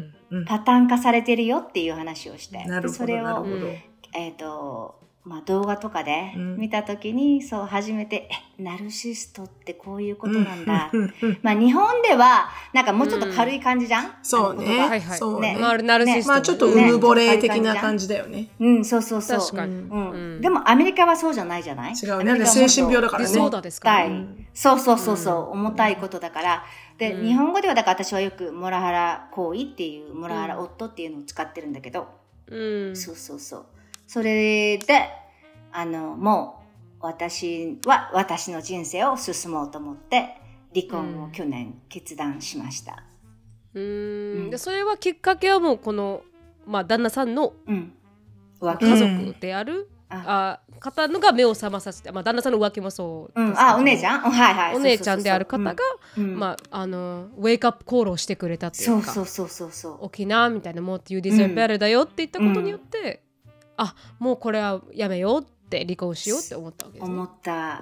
パターン化されてるよっていう話をして、 なるほど、それを、 えっとまあ、動画とかで見たときに、うん、そう初めてえナルシストってこういうことなんだ、うん、まあ日本ではなんかもうちょっと軽い感じじゃん、うん、 そうね、はいはい、そうね、 ナルシスト、ね、 まあちょっとうぬぼれ的な感じだよね、 うん、そうそうそう、 確かに、 うんうん、でもアメリカはそうじゃないじゃない、 違うね、精神病だからね、 そうだですか、 うん、そうそうそうそう、重たいことだから、で、うん、日本語ではだから私はよくモラハラ行為っていうモラハラ夫っていうのを使ってるんだけど、うん、そうそうそう、それであのもう私は私の人生を進もうと思って離婚を去年決断しました。 うーん、うん、でそれはきっかけはもうこの、まあ、旦那さんの家族である、うん、ああ方のが目を覚まさせて、まあ、旦那さんの浮気もそうですけど、 うん、あお姉ちゃん、はいはい、 お姉ちゃんである方が、うんうん、まあ、あのウェイクアップコールをしてくれたっていうか、 そうそうそうそう起きなみたいな、もう You deserve better だよって言ったことによって、うん、あもうこれはやめようって離婚しようって思ったわけですね。 思った、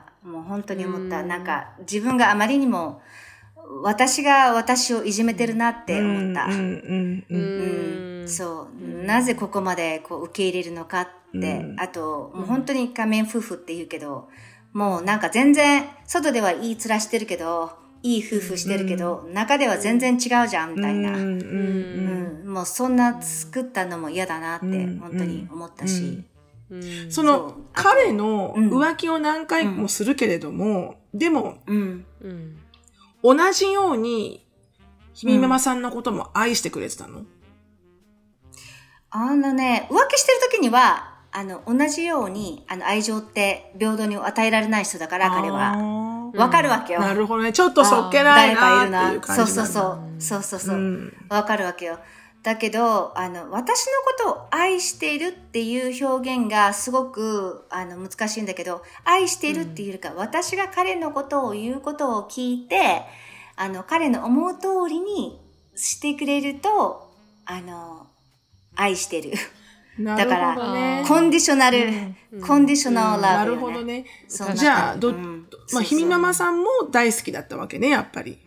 もう本当に思った。んなんか自分があまりにも私が私をいじめてるなって思った。そう、なぜここまでこう受け入れるのかって、うん、あともう本当に仮面夫婦って言うけど、もうなんか全然外ではいい面してるけど、いい夫婦してるけど、うん、中では全然違うじゃんみたいな、うんうんうん、もうそんな作ったのも嫌だなって本当に思ったし、うんうん、そのそ彼の浮気を何回もするけれども、うん、でも、うんうん、同じようにひみママさんのことも愛してくれてたの？うん、 あのね、浮気してる時にはあの同じようにあの愛情って平等に与えられない人だから、彼はわかるわけよ、 うん、なるほどね、ちょっとそっけないなっていう感じ。 そうそうそうそうそうそう、うん、わかるわけよ。だけど、あの、私のことを愛しているっていう表現がすごく、あの、難しいんだけど、愛しているっていうよりか、うん、私が彼のことを言うことを聞いて、あの、彼の思う通りにしてくれると、あの、愛してる。 なるほどね、だから、 コンディショナル、うん、コンディショナルラブ、ね、 なるほどね。じゃあ、ど、うん、まあ、ひみママさんも大好きだったわけね、やっぱり。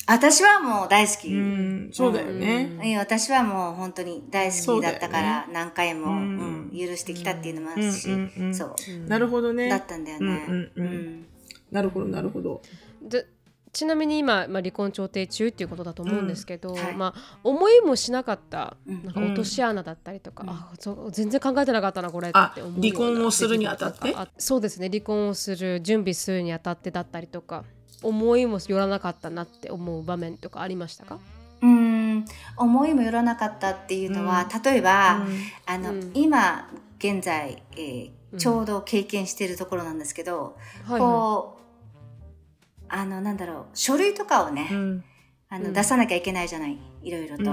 私はもう大好き。 うん、そうだよね、 うん。私はもう本当に大好きだったから、何回も、うんうん、許してきたっていうのもあるし、うんうんうん、そう。 なるほどね。 だったんだよね。うんうんうん、 なるほど、なるほど。 でちなみに今、まあ、離婚調停中っていうことだと思うんですけど、うんはい、まあ、思いもしなかったなんか落とし穴だったりとか、うん、あそう全然考えてなかったなこれって思う。 離婚をするにあたって？ そうですね、離婚をする準備するにあたってだったりとか、思いもよらなかったなって思う場面とかありましたか？ うーん思いもよらなかったっていうのは、うん、例えば、うん、あの、うん、今現在、えー、ちょうど経験しているところなんですけど、うん、こうあのなんだろう書類とかをね、うん、あの出さなきゃいけないじゃない、いろいろと、うん、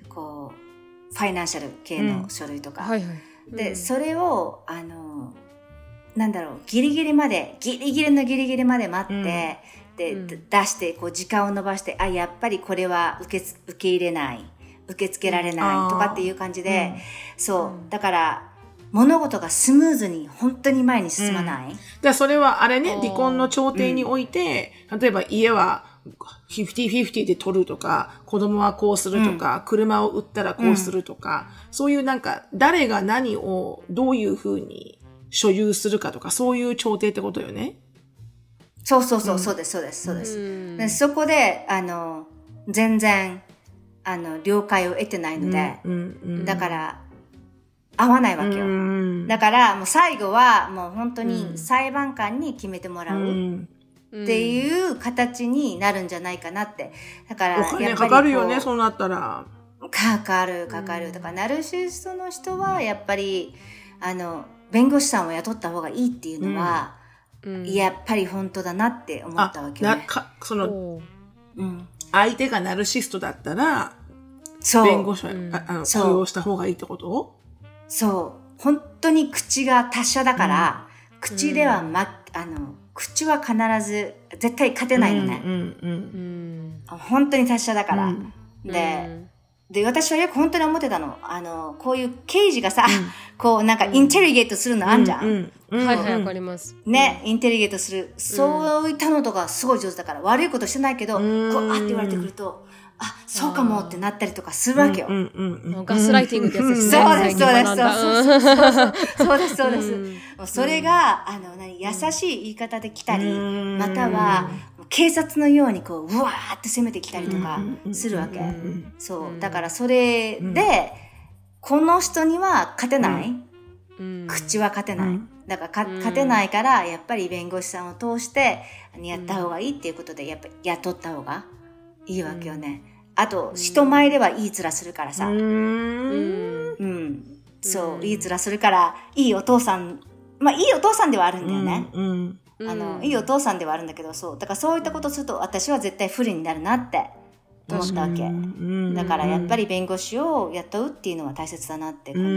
こうファイナンシャル系の書類とか、うんはいはい、で、うん、それをあのなんだろうギリギリまでギリギリのギリギリまで待って、うん、で、うん、出してこう時間を延ばして、あやっぱりこれは受け受け入れない受け付けられないとかっていう感じで、うん、そう、だから物事がスムーズに本当に前に進まない、うん、 でそれはあれね、離婚の調停において、うん、例えば家はフィフティフィフティで取るとか、子供はこうするとか、うん、車を売ったらこうするとか、うん、そういうなんか誰が何をどういうふうに所有するかとか、そういう調停ってことよね。 そうそうそう、うん、そうですそうですそうです、うん、でそこであの全然あの了解を得てないので、うんうんうん、だから合わないわけよ。だからもう最後はもう本当に裁判官に決めてもらうっていう形になるんじゃないかなって。だからやっぱりお金かかるよね、そうなったら。 かかるかかる。だからナルシストの人はやっぱりあの弁護士さんを雇った方がいいっていうのは、うん、やっぱり本当だなって思ったわけよね。 あかその、うん、相手がナルシストだったら弁護士を、うん、ああの雇用した方がいいってこと？ そう本当に口が達者だから、うん、口では、ま、あの口は必ず絶対勝てないのね、うんうんうん、本当に達者だから、うん、で、で私はよく本当に思ってたの、あのこういう刑事がさ、うん、こうなんかインテリゲートするのあんじゃん、うんうん、はいはいわかりますね、インテリゲートする、そういったのとかすごい上手だから、悪いことしてないけど、こうあって言われてくると、あ、そうかもってなったりとかするわけよ。うんうんうん、 ガスライティングってやつですね。 そうです、そうです、そうです、そうです。うん、それが、あの、何、優しい言い方で来たり、または、警察のようにこう、うわーって攻めてきたりとかするわけ。そう。だからそれで、この人には勝てない。口は勝てない。だからか勝てないから、やっぱり弁護士さんを通して、やった方がいいっていうことで、やっぱり雇った方がいいわけよね。あと、人前ではいい面するからさ。うん。うん。そう、いい面するから、いいお父さん、まあ、いいお父さんではあるんだよね。うん。あの、いいお父さんではあるんだけど、そう。だからそういったことすると、私は絶対不利になるなって思ったわけ。だから、やっぱり弁護士を雇うっていうのは大切だなって、この、うん、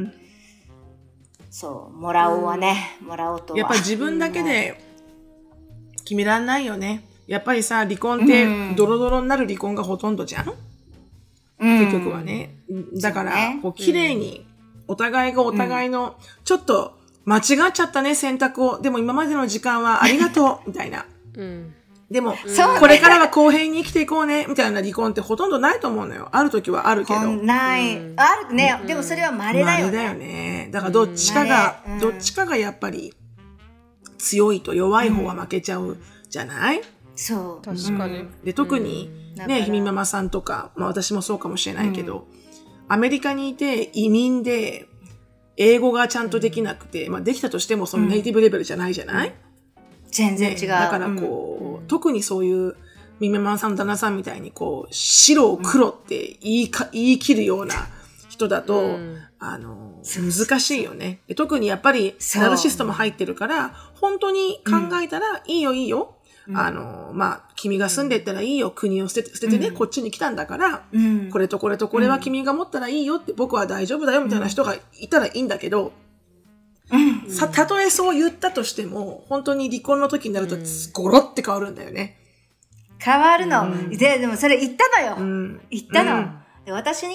そう、もらおうはね、もらおうとは。 やっぱり自分だけで決めらんないよね。やっぱりさ、離婚ってドロドロになる離婚がほとんどじゃん、うん、結局はね。だから、ね、こう綺麗にお互いがお互いの、ちょっと間違っちゃったね、選択を。でも今までの時間はありがとう、みたいな。うん、でも、うん、これからは公平に生きていこうね、みたいな離婚ってほとんどないと思うのよ。ある時はあるけど。 ない。うん、あるね、うん。でもそれは稀だよね。稀だよね。だからどっちかが、うん、どっちかがやっぱり強いと弱い方は負けちゃうじゃない？ そう。 確かに。うん、 で、特に、ね、ひみママさんとか、まあ私もそうかもしれないけど、うん、アメリカにいて移民で、英語がちゃんとできなくて、まあできたとしてもそのネイティブレベルじゃないじゃない、うん、 全然違う。ね、 だからこう、うん、特にそういう、みめまさんの旦那さんみたいにこう、白を黒って言いか、言い切るような人だと、うん、あの、難しいよね。で特にやっぱり、ナルシストも入ってるから、本当に考えたら、いいよいいよ。うん、あの、まあ、君が住んでったらいいよ。国を捨てて、捨ててね、うん、こっちに来たんだから、うん、これとこれとこれは君が持ったらいいよって、僕は大丈夫だよみたいな人がいたらいいんだけど、うん、さ、たとえそう言ったとしても、本当に離婚の時になると、ゴロって変わるんだよね。 変わるの。うん、で、でもそれ言ったのよ。うん、言ったの、うん。で私に、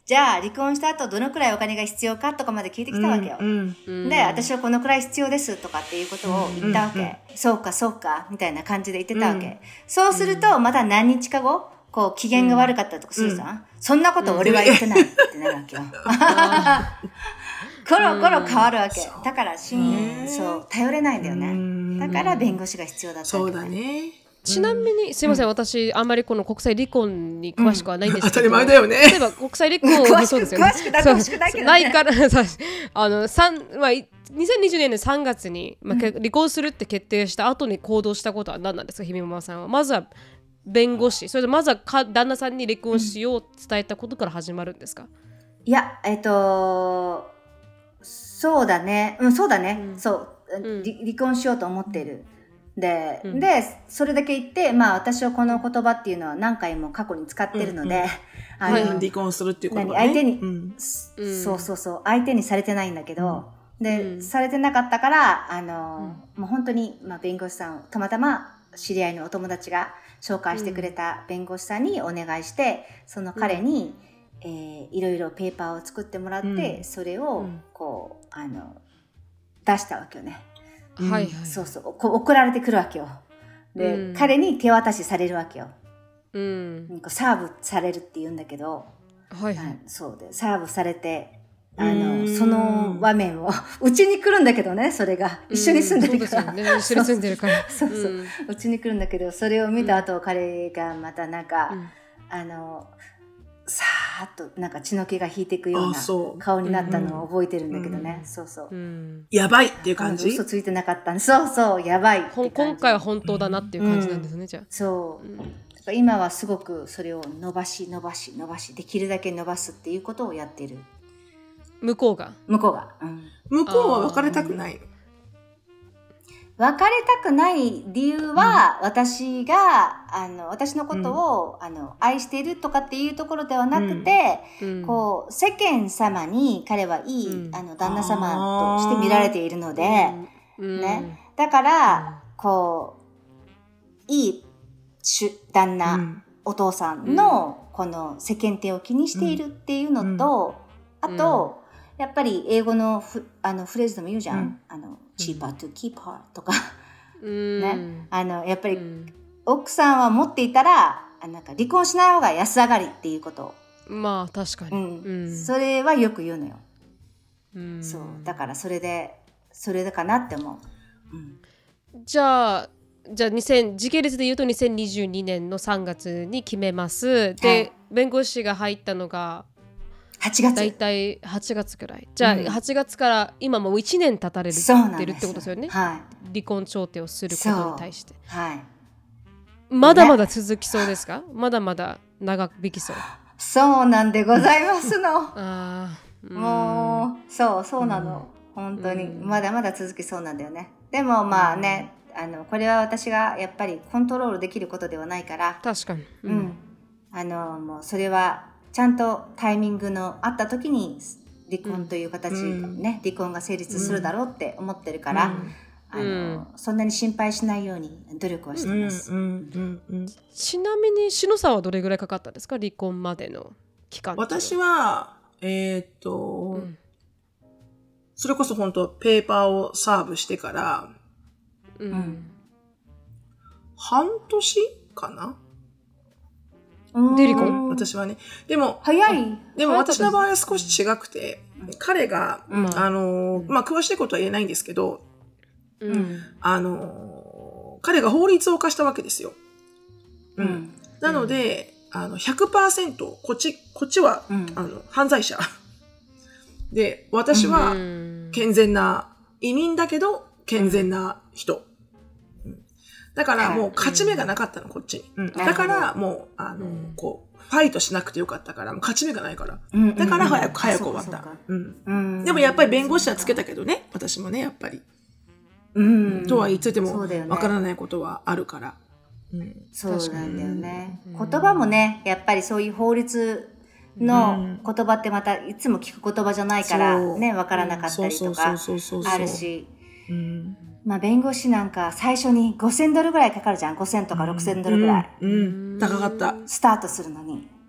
じゃあ離婚した後どのくらいお金が必要かとかまで聞いてきたわけよ、 うんうん、 で私はこのくらい必要ですとかっていうことを言ったわけ、うんうん、そうかそうかみたいな感じで言ってたわけ、うん、そうするとまた何日か後こう機嫌が悪かったりとかするじゃん、うん、そんなこと俺は言ってないってなるわけよ、コロコロ変わるわけ、うん、だから信用そう頼れないんだよね、だから弁護士が必要だったわけ、ね、 そうだね。 ちなみにすいません、うん、私あんまりこの国際離婚に詳しくはないんですけど、 うん、当たり前だよね。 例えば国際離婚はそうですよね。 詳しくなってほしくないけどね。 ないからあの3、まあ、にせんにじゅうねんのさんがつに、まあ、離婚するって決定した後に行動したことは何なんですか、ひみママさんは。まずは弁護士、それでまずはか旦那さんに離婚しようって伝えたことから始まるんですか？ いや、えっとそうだね、うん、そうだね、うん、そう、うん、離婚しようと思っている。で、うん、で、それだけ言って、まあ私はこの言葉っていうのは何回も過去に使ってるので、うんうん、 あの、はい、離婚するっていうことね。 相手に、うん、そうそうそう、相手にされてないんだけど、うん、で、うん、されてなかったから、あの、うん、もう本当に、まあ弁護士さん、たまたま知り合いのお友達が紹介してくれた弁護士さんにお願いして、その彼に、うん、えー、いろいろペーパーを作ってもらって、うん、それを、こう、あの、出したわけよね。 はいはい、 そうそう、こう送られてくるわけよ。で、うん、彼に手渡しされるわけよ。うん、なんかサーブされるって言うんだけど、 はいはい、 そうでサーブされて、あのその場面をうちに来るんだけどね、それが一緒に住んでるから、 うん、そうですよね、一緒に住んでるから、 そうそう、うちに来るんだけど、それを見た後、うん、彼がまたなんか、うん、あのさーっとなんか血の気が引いていくような顔になったのを覚えてるんだけどね、うん、そうそう、うん、 やばいっていう感じ、 嘘ついてなかったん、そうそう、やばいって感じ、 今回は本当だなっていう感じなんですね、うん、じゃあそう、うん、今はすごくそれを伸ばし伸ばし伸ばしできるだけ伸ばすっていうことをやっている。 向こうが向こうが、うん、 向こうは別れたくない、 別れたくない理由は、うん、私があの私のことを、うん、あの愛しているとかっていうところではなくて、うん、こう世間様に彼はいい、うん、あの旦那様として見られているので、うんね、だから、うん、こういい旦那、うん、お父さんのこの世間体を気にしているっていうのと、うん、あと、うん、やっぱり英語のフ、あのフレーズでも言うじゃん、うん、あのcheaper to keep her とか、うんね、あのやっぱり、うん、奥さんは持っていたらなんか離婚しない方が安上がりっていうこと、 まあ確かに、 うんうん、それはよく言うのよ、うん、そうだからそれでそれだかなって思う、 うん、じゃあじゃあにせん時系列で言うとにせんにじゅうにねんのさんがつに決めます。で、はい、弁護士が入ったのがはちがつ、 だいたいはちがつくらい。じゃあ、うん、はちがつから今もういちねん経たれるってるってことですよね、はい、離婚調停をすることに対して、 はい、 まだまだ続きそうですか？まだまだ長引きそう？ そうなんでございますのあ、うん、 もうそうそうなの、うん、本当に、うん、まだまだ続きそうなんだよね。でもまあね、あのこれは私がやっぱりコントロールできることではないから、 確かに、 うん、うん、あのもうそれはちゃんとタイミングのあった時に離婚という形、うん、ね、離婚が成立するだろうって思ってるから、うん、あの、うん、そんなに心配しないように努力はしてます、うんうんうんうん、ちなみに篠さんはどれぐらいかかったんですか、離婚までの期間？ 私はえー、っと、うん、それこそ本当ペーパーをサーブしてから、うん、半年かなで離婚、 私はね。でも、 早い。 でも私の場合は少し違くて、うん、彼が、うん、あの、うん、まあ、詳しいことは言えないんですけど、うん、あの、彼が法律を犯したわけですよ。うん。なので、あの、ひゃくパーセント、こっち、こっちは、あの、犯罪者。で、私は、健全な、移民だけど、健全な人。だからもう勝ち目がなかったの、こっちに。うん、だからもう、あの、うん、こう、ファイトしなくてよかったから、もう勝ち目がないから。うん、だから早く、早く終わった。うんうん、でもやっぱり弁護士はつけたけどね、私もね、やっぱり。うん、とは言ってても、わからないことはあるから。 うん、そうなんだよね。言葉もね、やっぱりそういう法律の言葉ってまたいつも聞く言葉じゃないからね、わからなかったりとかあるし。まあ、弁護士なんか最初にごせんドルぐらいかかるじゃん。ごせんとかろくせんドルぐらい。 うんうん、高かった。 スタートするのに。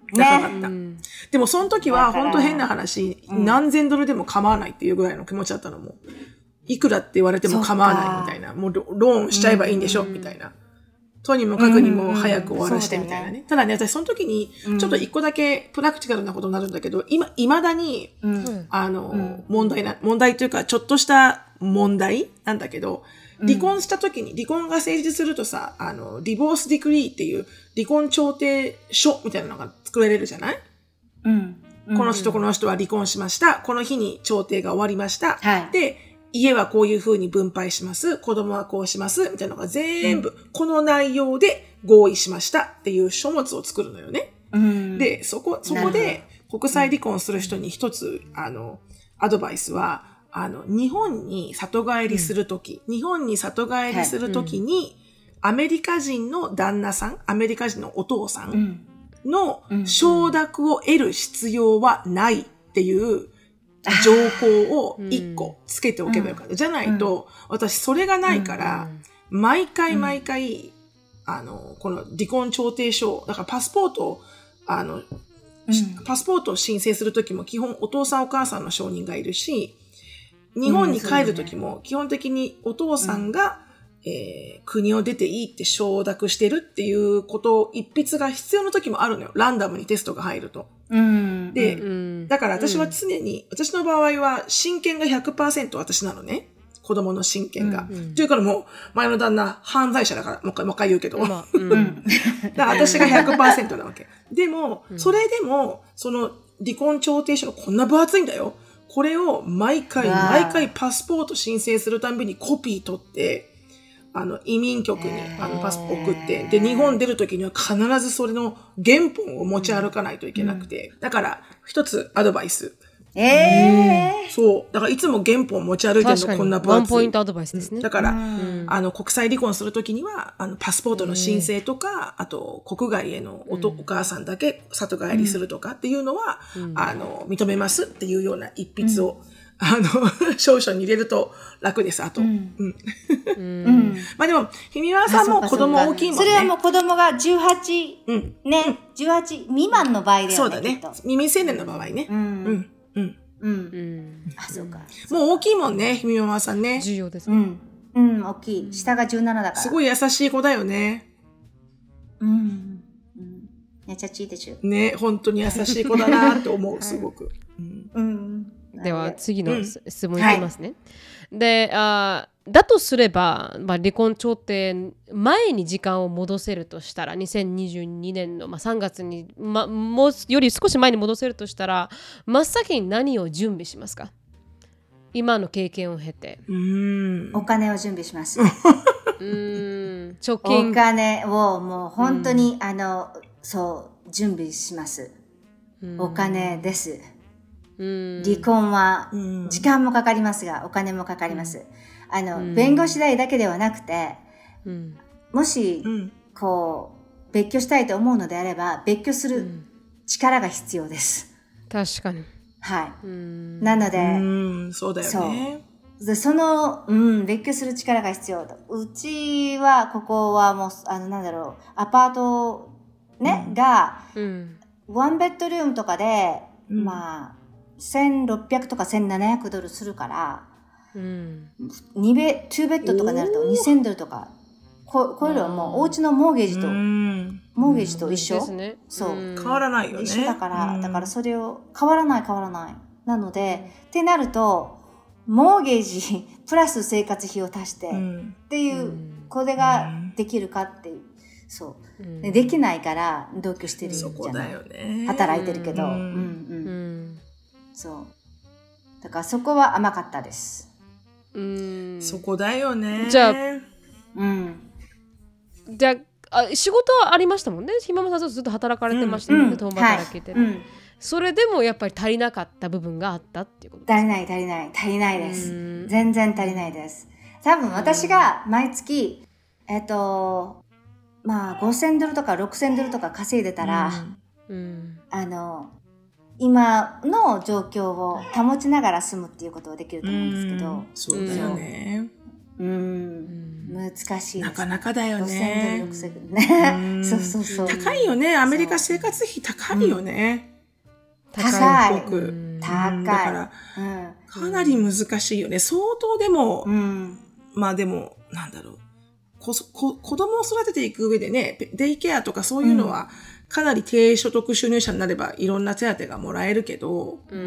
高かった。ね、でもその時は本当変な話、うん、何千ドルでも構わないっていうぐらいの気持ちだったのも、いくらって言われても構わないみたいな、もうローンしちゃえばいいんでしょ、うん、みたいな。とにもかくにも早く終わらしてみたいなね。うんうん、ただね、私その時にちょっと一個だけプラクティカルなことになるんだけど、今、未だに、うん、あの、うん、問題な、問題というかちょっとした問題なんだけど、離婚した時に、離婚が成立するとさ、あの、ディボースディクリーっていう離婚調停書みたいなのが作られるじゃない？うん。この人とこの人は離婚しました。この日に調停が終わりました。はい。で、家はこういう風に分配します。子供はこうします。みたいなのが全部、この内容で合意しましたっていう書物を作るのよね。うん。で、そこ、そこで国際離婚する人に一つ、あの、アドバイスは、あの、日本に里帰りするとき、うん、日本に里帰りするときに、はい、アメリカ人の旦那さん、アメリカ人のお父さんの承諾を得る必要はないっていう条項を一個つけておけばよかった。じゃないと、私それがないから、毎回毎回、あの、この離婚調停書、だからパスポートを、あの、パスポートを申請するときも基本お父さんお母さんの承認がいるし、日本に帰るときも基本的にお父さんが、うんえー、国を出ていいって承諾してるっていうことを一筆が必要なときもあるのよ。ランダムにテストが入ると。うん、で、うん、だから私は常に、うん、私の場合は親権が ひゃくパーセント 私なのね。子供の親権が。うんうん、というからもう前の旦那犯罪者だからもう一回、もう一回言うけど。まあうん、だから私が ひゃくパーセント なわけ。でも、うん、それでもその離婚調停書がこんな分厚いんだよ。これを毎回、毎回パスポート申請するたんびにコピー取って、あの、移民局にあのパスポート送って、で、日本出るときには必ずそれの原本を持ち歩かないといけなくて、だから、一つアドバイス。ええー、そう。だからいつも原本持ち歩いてるのこんな分厚い。ワンポイントアドバイスですね。だから、あの、国際離婚するときには、あの、パスポートの申請とか、あと、国外へのおと、お母さんだけ里帰りするとかっていうのは、あの、認めますっていうような一筆を、あの、証書に入れると楽です、あと。うん。うん。まあでも、ひみわさんも子供大きいもんね。 それはもう子供がじゅうはち、うん、ね、じゅうはち未満の場合だよね。 そうだね。未未成年の場合ね。うん。うんうん。 うん。あ、そうか。 もう大きいもんね、ひみまさんね。 重要です。 うん。うん、大きい。下がじゅうななだから。 すごい優しい子だよね。 うん。うん。めちゃちいでしょ。 ね、本当に優しい子だなって思う、すごく。うん。 では、次の質問いきますね。で、あだとすれば、まあ、離婚調停前に時間を戻せるとしたらにせんにじゅうにねんの、まあ、さんがつに、ま、もうより少し前に戻せるとしたら真っ先に何を準備しますか？今の経験を経て。 うーんお金を準備します。 うーん貯金お金をもう本当に、あのそう準備します。お金です。離婚は時間もかかりますがお金もかかります。あの、うん、弁護士代だけではなくて、うん、もし、うん、こう別居したいと思うのであれば別居する力が必要です。 確かに。 はい。なので、 うんそうだよね。 そうその、うん、別居する力が必要だ。うちはここはもうあのなんだろうアパートね、うん、が、うん、ワンベッドルームとかで、うん、まあせんろっぴゃくとかせんななひゃくドルするから。うん、にベツーベッドとかになるとにせんドルとかこ, これらはもうお家のモーゲージとモーゲージと一緒、うんね、そう変わらないよね。 一緒だから、うん、だからそれを変わらない変わらないなので、うん、ってなるとモーゲージプラス生活費を足して、うん、っていう、うん、これができるかっていうそう、うん、で, できないから同居してるじゃない。そこだよね。働いてるけど、うんうんうん、そうだからそこは甘かったです。 うーんそこだよね。 じゃあ、うん、じゃあ、あ仕事はありましたもんね。ひままさんとずっと働かれてましたもんね、うん、共働きで、はいうん、それでもやっぱり足りなかった部分があったっていうことですか？ 足りない足りない足りないです。全然足りないです。多分私が毎月えっとまあごせんドルとかろくせんドルとか稼いでたら、うんうん、あの今の状況を保ちながら住むっていうことはできると思うんですけど。 うんそうだよね。 うん。 難しいです。 なかなかだよね。 ごせんドル、ろくせんドルね。そうそうそう。 高いよね。アメリカ生活費高いよね。 うん、高い。 高い。 高い。 だから、うん、かなり難しいよね。相当でも、うん、まあでも、なんだろう。ここ子供を育てていく上でね、デイケアとかそういうのは、かなり低所得収入者になればいろんな手当がもらえるけど、うん、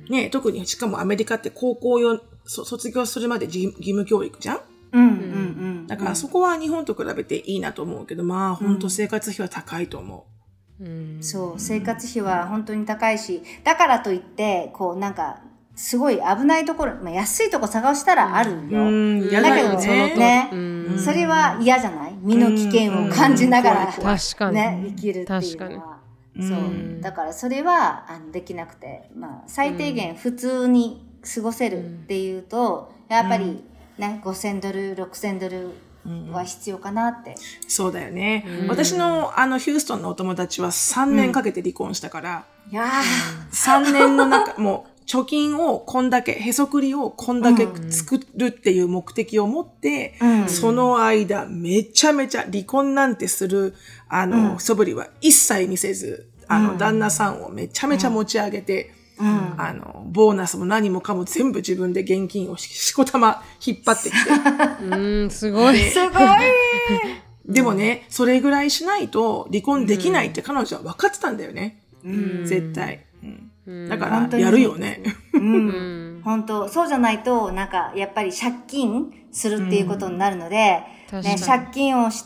ね、特にしかもアメリカって高校よ卒業するまで義務教育じゃん。うんうんうん、だからそこは日本と比べていいなと思うけど、まあ本当生活費は高いと思う。 うん、そう、生活費は本当に高いし、だからといって、こうなんか、すごい危ないところ、まあ、安いとこ探したらあるよ。うん、だけどね、ね、うん、それは嫌じゃない？身の危険を感じながら、 確かにね、生きるっていうのは。そう。だからそれはあのできなくて、まあ、最低限普通に過ごせるっていうと、やっぱりね、ごせんドル、ろくせんドルは必要かなって。うん、 そうだよね。うん、私のあのヒューストンのお友達はさんねんかけて離婚したから、うん、いやさんねんの中、もう貯金をこんだけ、へそくりをこんだけ作るっていう目的を持って、うん、その間めちゃめちゃ離婚なんてする、あの、うん、素振りは一切見せず、あの、うん、旦那さんをめちゃめちゃ持ち上げて、うん、あの、ボーナスも何もかも全部自分で現金をし、しこたま引っ張ってきて。 うん、すごい。 すごい。 でもね、それぐらいしないと離婚できないって彼女は分かってたんだよね。うん、絶対。うん、だから、やるよね。 うん。本当、そうじゃないと、なんか、やっぱり借金するっていうことになるので、うん、ね、借金をして、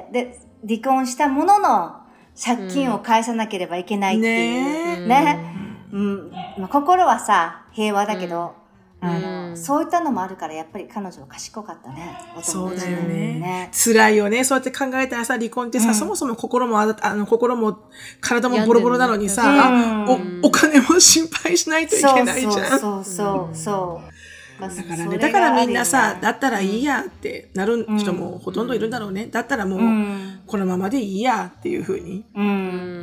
で、離婚したものの、借金を返さなければいけないっていう、うん、ね。うん。まあ、心はさ、平和だけど、うん、あの、うん、そういったのもあるから、やっぱり彼女は賢かったね。 そうだよね。ね、辛いよね。そうやって考えたらさ、離婚ってさ、うん、そもそも心もあ、あの、心も、体もボロボロなのにさ、うん、お、お金も心配しないといけないじゃん。 そうそうそうそう。 だからね、だからみんなさ、だったらいいやってなる人もほとんどいるんだろうね。だったらもう、このままでいいやっていうふうに。 うん。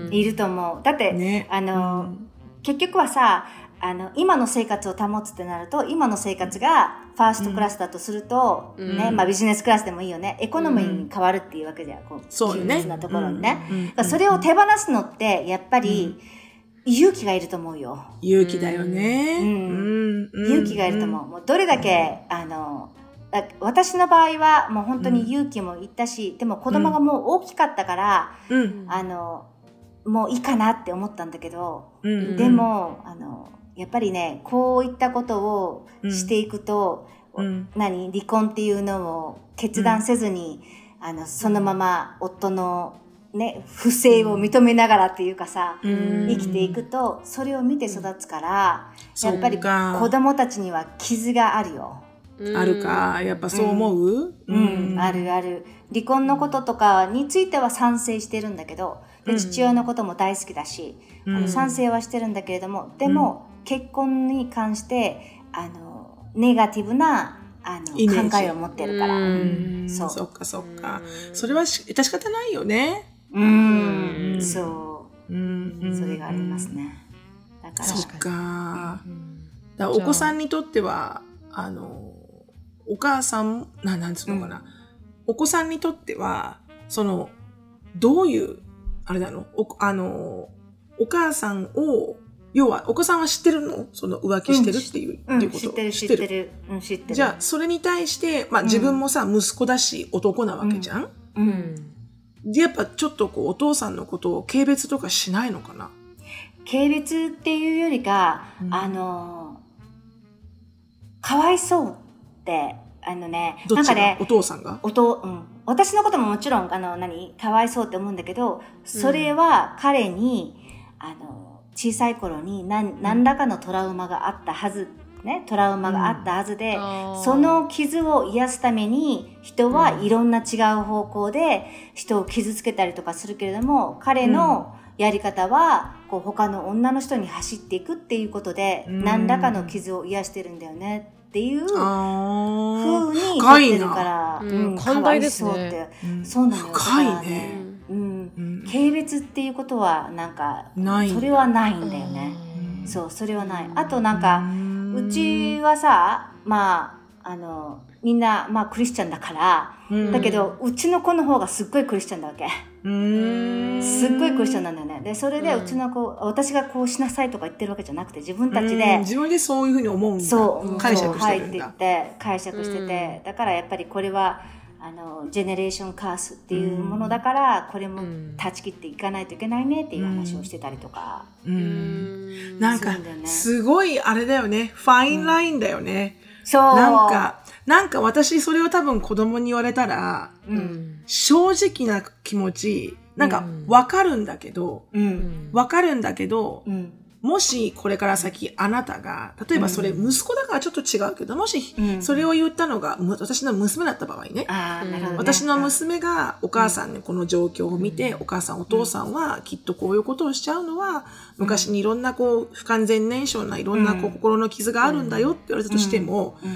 いると思う。だって、ね、あの、うん、結局はさ、あの、今の生活を保つってなると、今の生活がファーストクラスだとすると、うん、ね、まあビジネスクラスでもいいよね。エコノミーに変わるっていうわけじゃん。こう、 そうね。 窮屈なところにね。うん、それを手放すのって、やっぱり、勇気がいると思うよ。 勇気だよね。うんうん、勇気がいると思う。もうどれだけ、あの、私の場合はもう本当に勇気もいったし、うん、でも子供がもう大きかったから、うん、あの、もういいかなって思ったんだけど、うん、でも、あの、やっぱりね、こういったことをしていくと、うん、何離婚っていうのを決断せずに、うん、あの、そのまま夫のね、不正を認めながらっていうかさ、うん、生きていくと、それを見て育つから、うん、やっぱり子供たちには傷があるよ。 あるか、やっぱそう思う？ うん、うん、あるある。離婚のこととかについては賛成してるんだけど、で父親のことも大好きだし、うん、あの賛成はしてるんだけれども、でも、うん、結婚に関してあのネガティブなあの考えを持ってるから、うん、 そう、そっかそっか、それはし致し方ないよね。 うん、うん、そう、うん、それがありますね。だからそっか、うん、だからお子さんにとってはあのお母さんななんつうのかな、うん、お子さんにとってはそのどういうあれなの、おあのお母さんを要はお子さんは知ってるの、その浮気してるっていう、 うん、 っていうこと知ってる知ってる、うん、知ってる。 じゃあそれに対してまあ自分もさ、うん、息子だし男なわけじゃん。うん。うんで、やっぱちょっとこうお父さんのことを軽蔑とかしないのかな？ 軽蔑っていうよりか、うん、あの、かわいそうって、あのね、 どっちが？ なんかね、 お父さんが？ おと、うん。私のことももちろん、あの、何、かわいそうって思うんだけど、それは彼に、うん、あの、小さい頃に何、何らかのトラウマがあったはず、ね、トラウマがあったはずで、うん、その傷を癒すために人はいろんな違う方向で人を傷つけたりとかするけれども、彼のやり方はこう他の女の人に走っていくっていうことで、うん、何らかの傷を癒してるんだよねっていう風に言ってるから、 うん、かわいそうって、 うん、そうなのよ。 深いね。 うんうん、軽蔑っていうことはなんかそれはないんだよね。そう、それはない。あとなんかうちはさ、まあ、あの、 みんな、まあ、クリスチャンだから、うん、だけど、うちの子の方がすっごいクリスチャンだわけ。うーんすっごいクリスチャンなんだよね。で、それでうちの子、うん、私がこうしなさいとか言ってるわけじゃなくて、自分たちで。 自分でそういうふうに思うんだ。 そう。 解釈してるんだ。 そう、はいって言って、解釈してて。だからやっぱりこれは、あの、ジェネレーションカースっていうものだから、これも断ち切っていかないといけないねっていう話をしてたりとか。 うん。うん、なんか、すごいあれだよね。ファインラインだよね。うん、そう。なんか、なんか私それを多分子供に言われたら、うん、正直な気持ち、なんかわかるんだけど、うん、わかるんだけど、うん、もしこれから先あなたが、例えばそれ息子だからちょっと違うけど、もしそれを言ったのが私の娘だった場合ね、あ、なるほどね、私の娘がお母さんにこの状況を見て、うん、お母さんお父さんはきっとこういうことをしちゃうのは、昔にいろんなこう不完全燃焼ないろんなこう心の傷があるんだよって言われたとしても、うんうん、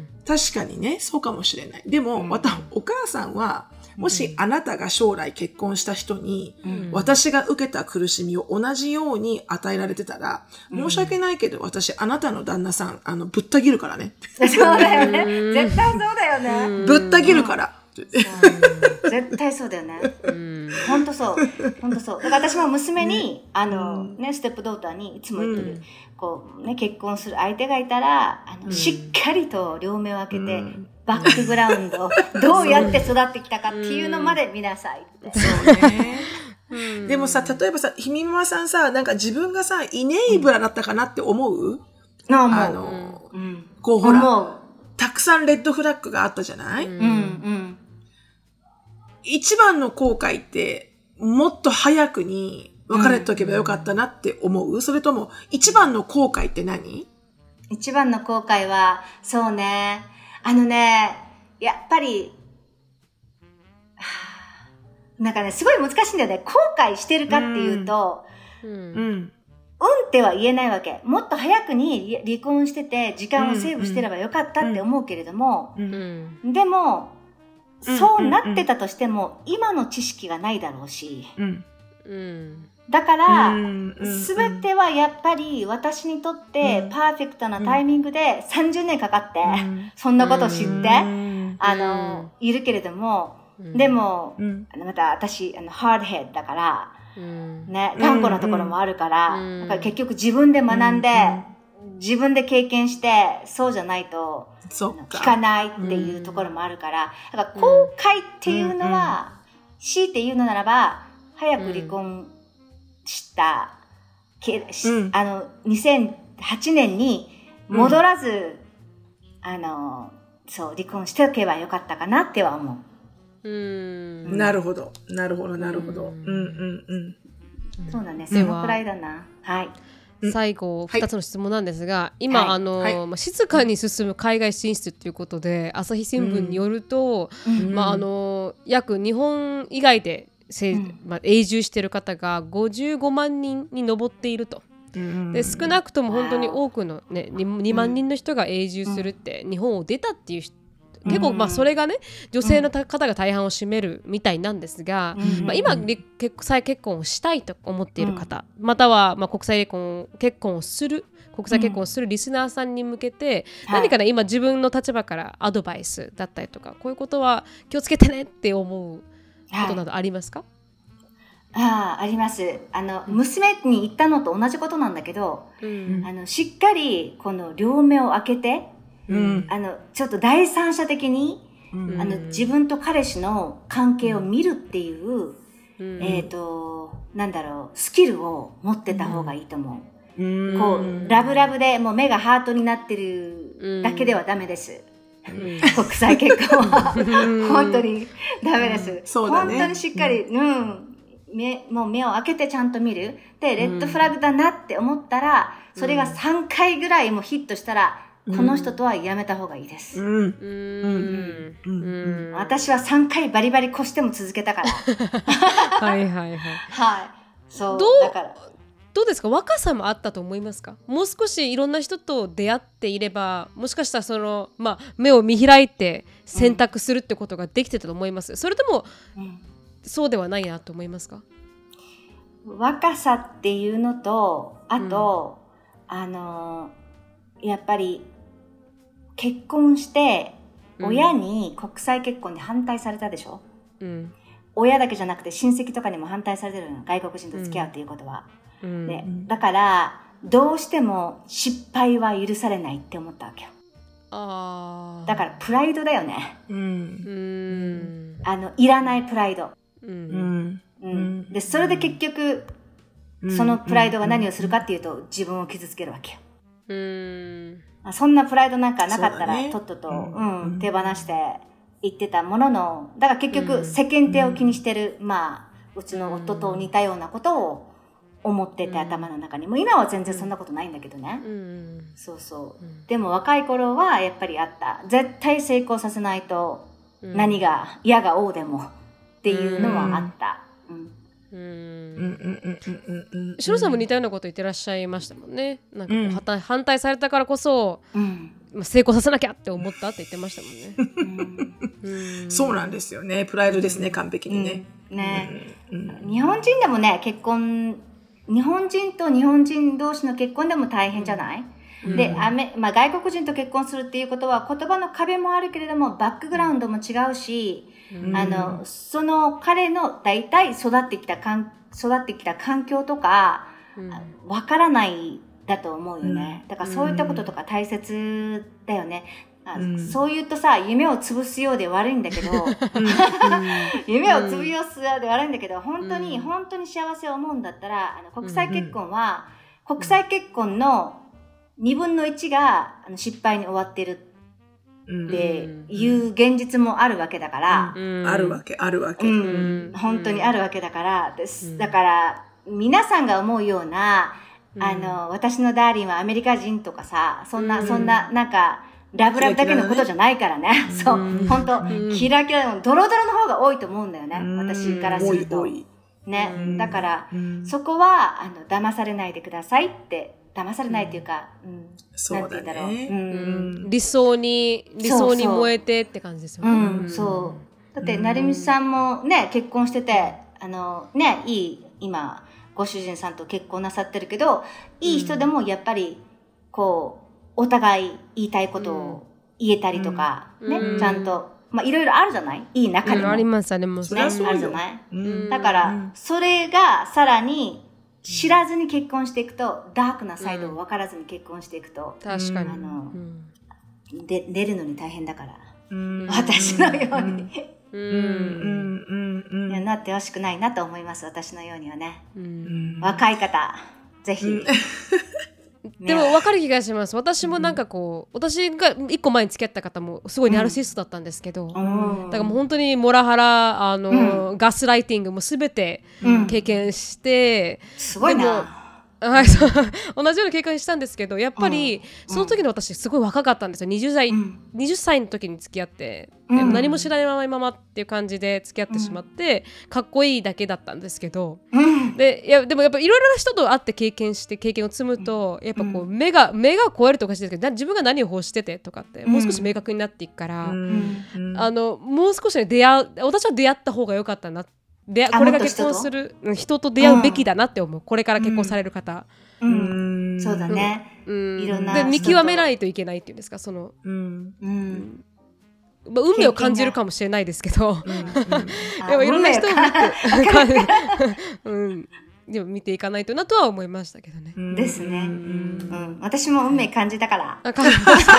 確かにね、そうかもしれない。でも、うん、またお母さんは、もしあなたが将来結婚した人に、うん、私が受けた苦しみを同じように与えられてたら、うん、申し訳ないけど私あなたの旦那さん、あの、ぶった切るからね。 そうだよね。絶対そうだよね。 ぶった切るから。 うん、絶対そうだよね。ほんとそう。ほんとそう。だから私も娘に、あの、ね、ステップドーターにいつも言ってる。うん、こうね、結婚する相手がいたら、あの、うん、しっかりと両目を開けて、うん、バックグラウンド、どうやって育ってきたかっていうのまで見なさいって。そうね。 うん、でもさ、例えばさ、ひみまさんさ、なんか自分がさ、イネイブラだったかなって思う？うん、あの、うん、こうほら、たくさんレッドフラッグがあったじゃない？うん、うん。一番の後悔って、もっと早くに別れておけばよかったなって思う？うん、それとも、一番の後悔って何？ 一番の後悔は、そうね、あのね、やっぱり、なんかね、すごい難しいんだよね。後悔してるかっていうと、うん、うん、うんっては言えないわけ。もっと早くに離婚してて、時間をセーブしてればよかったって思うけれども、うんうん、でも、そうなってたとしても、今の知識がないだろうし、うんうん、だから、すべてはやっぱり私にとってパーフェクトなタイミングでさんじゅうねんかかって、そんなことを知って、あの、いるけれども、でも、また私、あの、ハードヘッドだから、ね、頑固なところもあるから、だから結局自分で学んで、自分で経験して、そうじゃないと、聞かないっていうところもあるから、だから後悔っていうのは、強いて言うのならば、早く離婚した、うん、あの、にせんはちねんに戻らず、うん、あの、そう、離婚しておけばよかったかなっては思う。 うーん、なるほど、なるほど、なるほど。うんうんうん。 そうだね、そのくらいだな。はい。 最後ふたつの質問なんですが、はい、今、はい、あの、はい、まあ、静かに進む海外進出ということで朝日新聞によると、うんまあ、あの約日本以外で、うんまあ、永住している方がごじゅうごまんにんに上っていると。で少なくとも本当に多くの、ね、にまんにんの人が永住するって、うん、日本を出たっていう人結構まあそれがね女性の方が大半を占めるみたいなんですが、うんまあ、今国際結婚をしたいと思っている方、うん、またはまあ国際結婚結婚をする国際結婚をするリスナーさんに向けて、うん、何かね今自分の立場からアドバイスだったりとかこういうことは気をつけてねって思うことなどありますか？はいああ、あります。あの、娘に言ったのと同じことなんだけど、うん、あの、しっかりこの両目を開けて、うん、あの、ちょっと第三者的に、うん、あの、自分と彼氏の関係を見るっていう、うん、えっと、なんだろう、スキルを持ってた方がいいと思う。うん、こう、ラブラブでもう目がハートになってるだけではダメです。うん、国際結婚は本当にダメです。うんそうだね、本当にしっかり、うん、うん目もう目を開けてちゃんと見る。で、レッドフラグだなって思ったら、うん、それがさんかいぐらいもヒットしたら、うん、この人とはやめた方がいいです。うんうんうんうん、私はさんかいバリバリ越しても続けたから。 はいはいはい。 はい。そう。 どうだからどうですか？若さもあったと思いますか？もう少しいろんな人と出会っていれば、もしかしたらその、まあ、目を見開いて選択するってことができてたと思います。それとも、うんそうではないなと思いますか？ 若さっていうのと、あと、うん、あの、やっぱり結婚して親に国際結婚に反対されたでしょ、うん、親だけじゃなくて親戚とかにも反対されてるの、外国人と付き合うっていうことは、うん、でだからどうしても失敗は許されないって思ったわけよ。あだからプライドだよね、うん、あのいらないプライド、うんうん、でそれで結局そのプライドが何をするかっていうと自分を傷つけるわけよ。うん、そんなプライドなんかなかったら、ね、とっとと、うんうん、手放して言ってたものの、だから結局世間体を気にしてる、うん、まあうちの夫と似たようなことを思ってて、うん、頭の中にも今は全然そんなことないんだけどね、うん、そうそう、うん、でも若い頃はやっぱりあった。絶対成功させないと何が嫌が応でもっていうのはあった、うんうんうんうんうん、シロさんも似たようなこと言ってらっしゃいましたもんね。なんかこう、うん、反対されたからこそ、うん、成功させなきゃって思ったって言ってましたもんね、 うん、そうなんですよね。プライドですね、完璧にね、 うん、ね、うんうん、日本人でもね、結婚日本人と日本人同士の結婚でも大変じゃない、うん、でアメ、まあ、外国人と結婚するっていうことは言葉の壁もあるけれどもバックグラウンドも違うし、うん、あのその彼の大体育ってきたかん育ってきた環境とかわ、うん、からないだと思うよね。だからそういったこととか大切だよね。あ、うん、そう言うとさ、夢を潰すようで悪いんだけど夢を潰すようで悪いんだけど、本当に、うん、本当に幸せを思うんだったら、あの国際結婚は、うん、国際結婚のにぶんのいちがあの失敗に終わってるっていう現実もあるわけだから、 うん、あるわけあるわけ、うん、 本当にあるわけだからです、うん、だから皆さんが思うような、あの、うん、私のダーリンはアメリカ人とかさ、そんな、うん、そんななんかラブラブだけのことじゃないからね。キラキラねそう、本当、うん、キラキラのドロドロの方が多いと思うんだよね、うん、私からすると。多い多いね、うん、だから、うん、そこはあの騙されないでくださいって、騙されないっていうか、うん、 そうだね、 うん、理想に理想に燃えてって感じですよね。 うんうん、そうだって成美さんもね結婚してて、あのねいい今ご主人さんと結婚なさってるけど、いい人でもやっぱりこうお互い言いたいことを言えたりとか、うん、ね、うん、ちゃんとまあいろいろあるじゃない、いい中にも、 うん、ありますあります、 ね、あるじゃない、うん、だからそれがさらに知らずに結婚していくと、ダークなサイドを分からずに結婚していくと、 うん、確かにあの、うん、で出るのに大変だから、うん、私のように、うんうんうん、いやなってほしくないなと思います。私のようにはね、うん、若い方ぜひ、うんでも分かる気がします。私もなんかこう、私が一個前に付き合った方もすごいナルシストだったんですけど、うん、だからもう本当にモラハラ、あの、うん、ガスライティングも全て経験して、 うん、すごいな。 はい、そう同じような経験したんですけど、やっぱり、うん、その時の私すごい若かったんですよ。にじゅっさい、うん、はたちの時に付き合って、うん、でも何も知らないままっていう感じで付き合ってしまって、うん、かっこいいだけだったんですけど、うん、で, いやでもやっぱいろいろな人と会って経験して経験を積むと、やっぱこう目が目が超えるとおかしいですけど、自分が何を欲しててとかってもう少し明確になっていくから、うん、あのもう少し、ね、出会う私は出会った方が良かったなって、でこれが結婚する 人, 人と出会うべきだなって思う、うん、これから結婚される方、 うんうん、そうだね、うん、いろんなで見極めないといけないっていうんですか、その、うんうんまあ、運命を感じるかもしれないですけど、うんうん、でもいろんな人を見て、うん、でも見ていかないとなとは思いましたけどね。 ですね、うんうん、私も運命感じたから、 感じ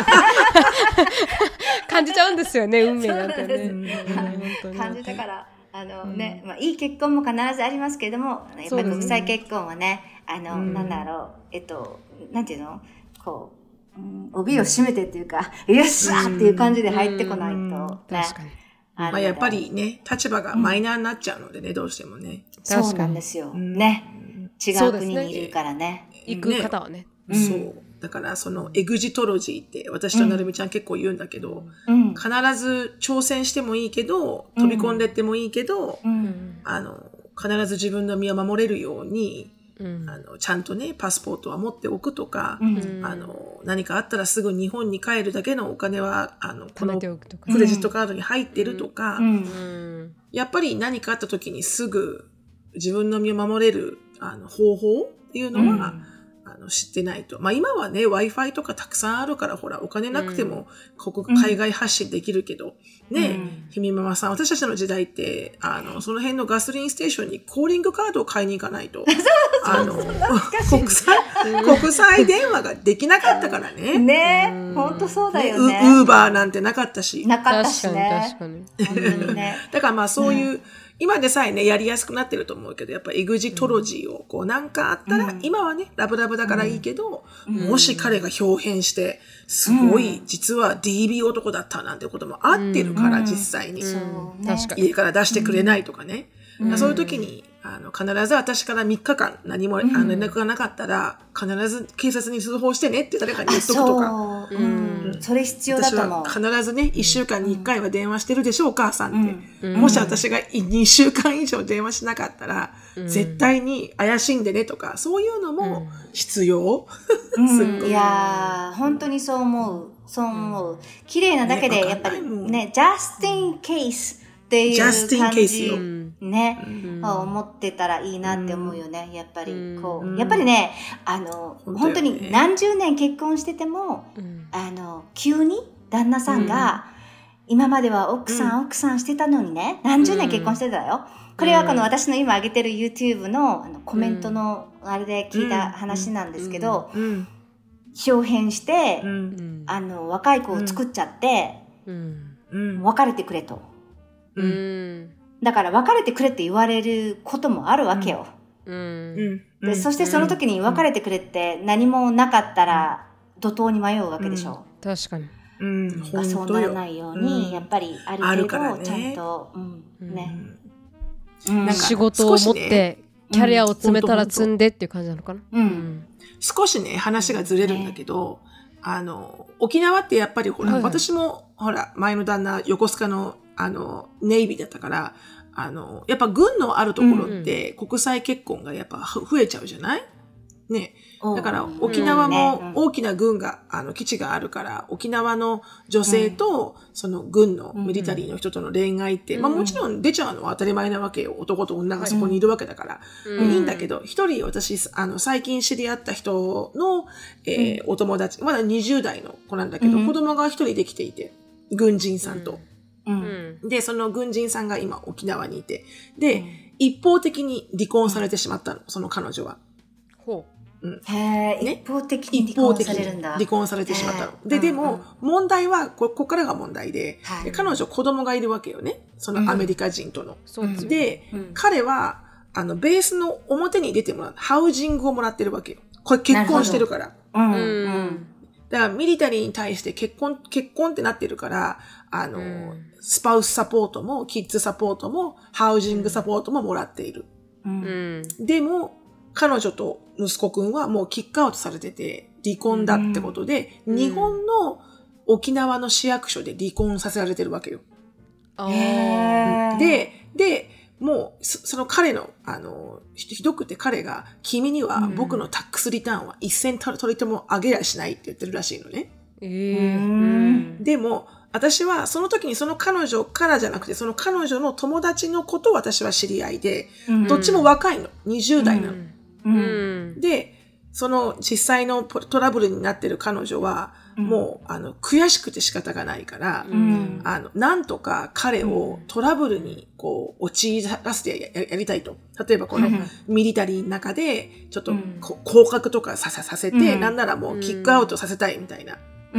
感じちゃうんですよね、運命なんてね、 うん、感じたからあのね、うんまあ、いい結婚も必ずありますけれども、やっぱり国際結婚はね、あの、うん、なんだろう、えっと、なんていうのこう、うん、帯を締めてっていうか、よっしゃーっていう感じで入ってこないと、ね。うん、確かに。 あまあ、やっぱりね、立場がマイナーになっちゃうのでね、うん、どうしてもね。 そうなんですよ。ね。違う国にいるからね。 行く方はね。 うん、そう。だからそのエグジトロジーって私となるみちゃん結構言うんだけど、うん、必ず挑戦してもいいけど、飛び込んでってもいいけど、うん、あの必ず自分の身を守れるように、うん、あのちゃんとねパスポートは持っておくとか、うん、あの何かあったらすぐ日本に帰るだけのお金はあのこのクレジットカードに入ってるとか、うんうん、やっぱり何かあった時にすぐ自分の身を守れるあの方法っていうのは、うんあの知ってないと。まあ今はね、Wi-Fi とかたくさんあるから、ほら、お金なくても、国、海外発信できるけど、うん、ね、うん、ひみママさん、私たちの時代って、あの、その辺のガソリンステーションにコーリングカードを買いに行かないと、あの、国際、国際電話ができなかったからね。 ね、ほんとそうだよね。 ウーバーなんてなかったし。 なかったしね。 確かに、確かに。 本当にね。 だからまあそういう、うん、今でさえね、やりやすくなってると思うけど、やっぱエグジトロジーを、こうなんかあったら、うん、今はね、ラブラブだからいいけど、うん、もし彼が表変して、すごい、実は ディービー 男だったなんてこともあってるから、うん、実際に、うんね。家から出してくれないとかね。うん、そういう時に、あの、必ず私からみっかかん何も、うん、あの連絡がなかったら、必ず警察に通報してねって誰かに言っとくとか。 そう、うんうん、それ必要だと思う。 私は必ずね、いっしゅうかんにいっかいは電話してるでしょう、お母さんって。うん、もし私がにしゅうかん以上電話しなかったら、うん、絶対に怪しんでねとか、そういうのも必要。 うん、すっごい。いやー、本当にそう思う。そう思う。綺麗なだけで、やっぱりね、just in case っていう感じ。ね、うん、思ってたらいいなって思うよね。やっぱりこう、うん、やっぱりね、あの、うん、本当に何十年結婚してても、うん、あの、急に旦那さんが、うん、今までは奥さん、うん、奥さんしてたのにね、何十年結婚してたよ。これはこの私の今上げてる YouTube の, あのコメントのあれで聞いた話なんですけど、表変して、うん、あの、若い子を作っちゃって、うんうん、別れてくれと。うんだから別れてくれって言われることもあるわけよ。うん、で、うん、そしてその時に別れてくれって何もなかったら怒涛に迷うわけでしょ。 うん、確かに。 うん、そうならないように、うん、やっぱりある程度ちゃんと、うんねうん、なんか仕事を持って、ね、キャリアを詰めたら積んでっていう感じなのかな。 うんうん、少しね話がずれるんだけど、ね、あの沖縄ってやっぱりほら、はいはい、私もほら前の旦那横須賀のあのネイビーだったから。あの、やっぱ軍のあるところって国際結婚がやっぱ増えちゃうじゃないね。だから沖縄も大きな軍が、あの基地があるから、沖縄の女性とその軍のミリタリーの人との恋愛って、まあもちろん出ちゃうのは当たり前なわけよ。男と女がそこにいるわけだから。いいんだけど、一人私、あの最近知り合った人の、えー、お友達、まだにじゅう代の子なんだけど、子供が一人できていて、軍人さんと。うん、で、その軍人さんが今沖縄にいて、で、うん、一方的に離婚されてしまったの、その彼女は。 ほう。うん、へー、ね、一方的に離婚されるんだ。 離婚されてしまったの。で、でも、うん、問題はこ、ここからが問題で、はい、で、彼女子供がいるわけよね。そのアメリカ人との。うん、で、うん、彼は、あの、ベースの表に出てもらう、ハウジングをもらってるわけよ。これ結婚してるから。うんうんだからミリタリーに対して結婚、結婚ってなってるから、あの、うん、スパウスサポートも、キッズサポートも、ハウジングサポートももらっている。うん、でも、彼女と息子くんはもうキックアウトされてて、離婚だってことで、うん、日本の沖縄の市役所で離婚させられてるわけよ。で、で、もう、その彼の、あの、ひどくて彼が、君には僕のタックスリターンは一銭取りてもあげやしないって言ってるらしいのね。えー、でも、私はその時にその彼女からじゃなくて、その彼女の友達のことを私は知り合いで、どっちも若いの。にじゅう代なの。うんうん、で、その実際のトラブルになってる彼女は、もう、あの、悔しくて仕方がないから、うん、あの、なんとか彼をトラブルに、こう、陥らせて や, やりたいと。例えばこのミリタリーの中で、ちょっと、降格とかさせて、うん、なんならもうキックアウトさせたいみたいな。うん、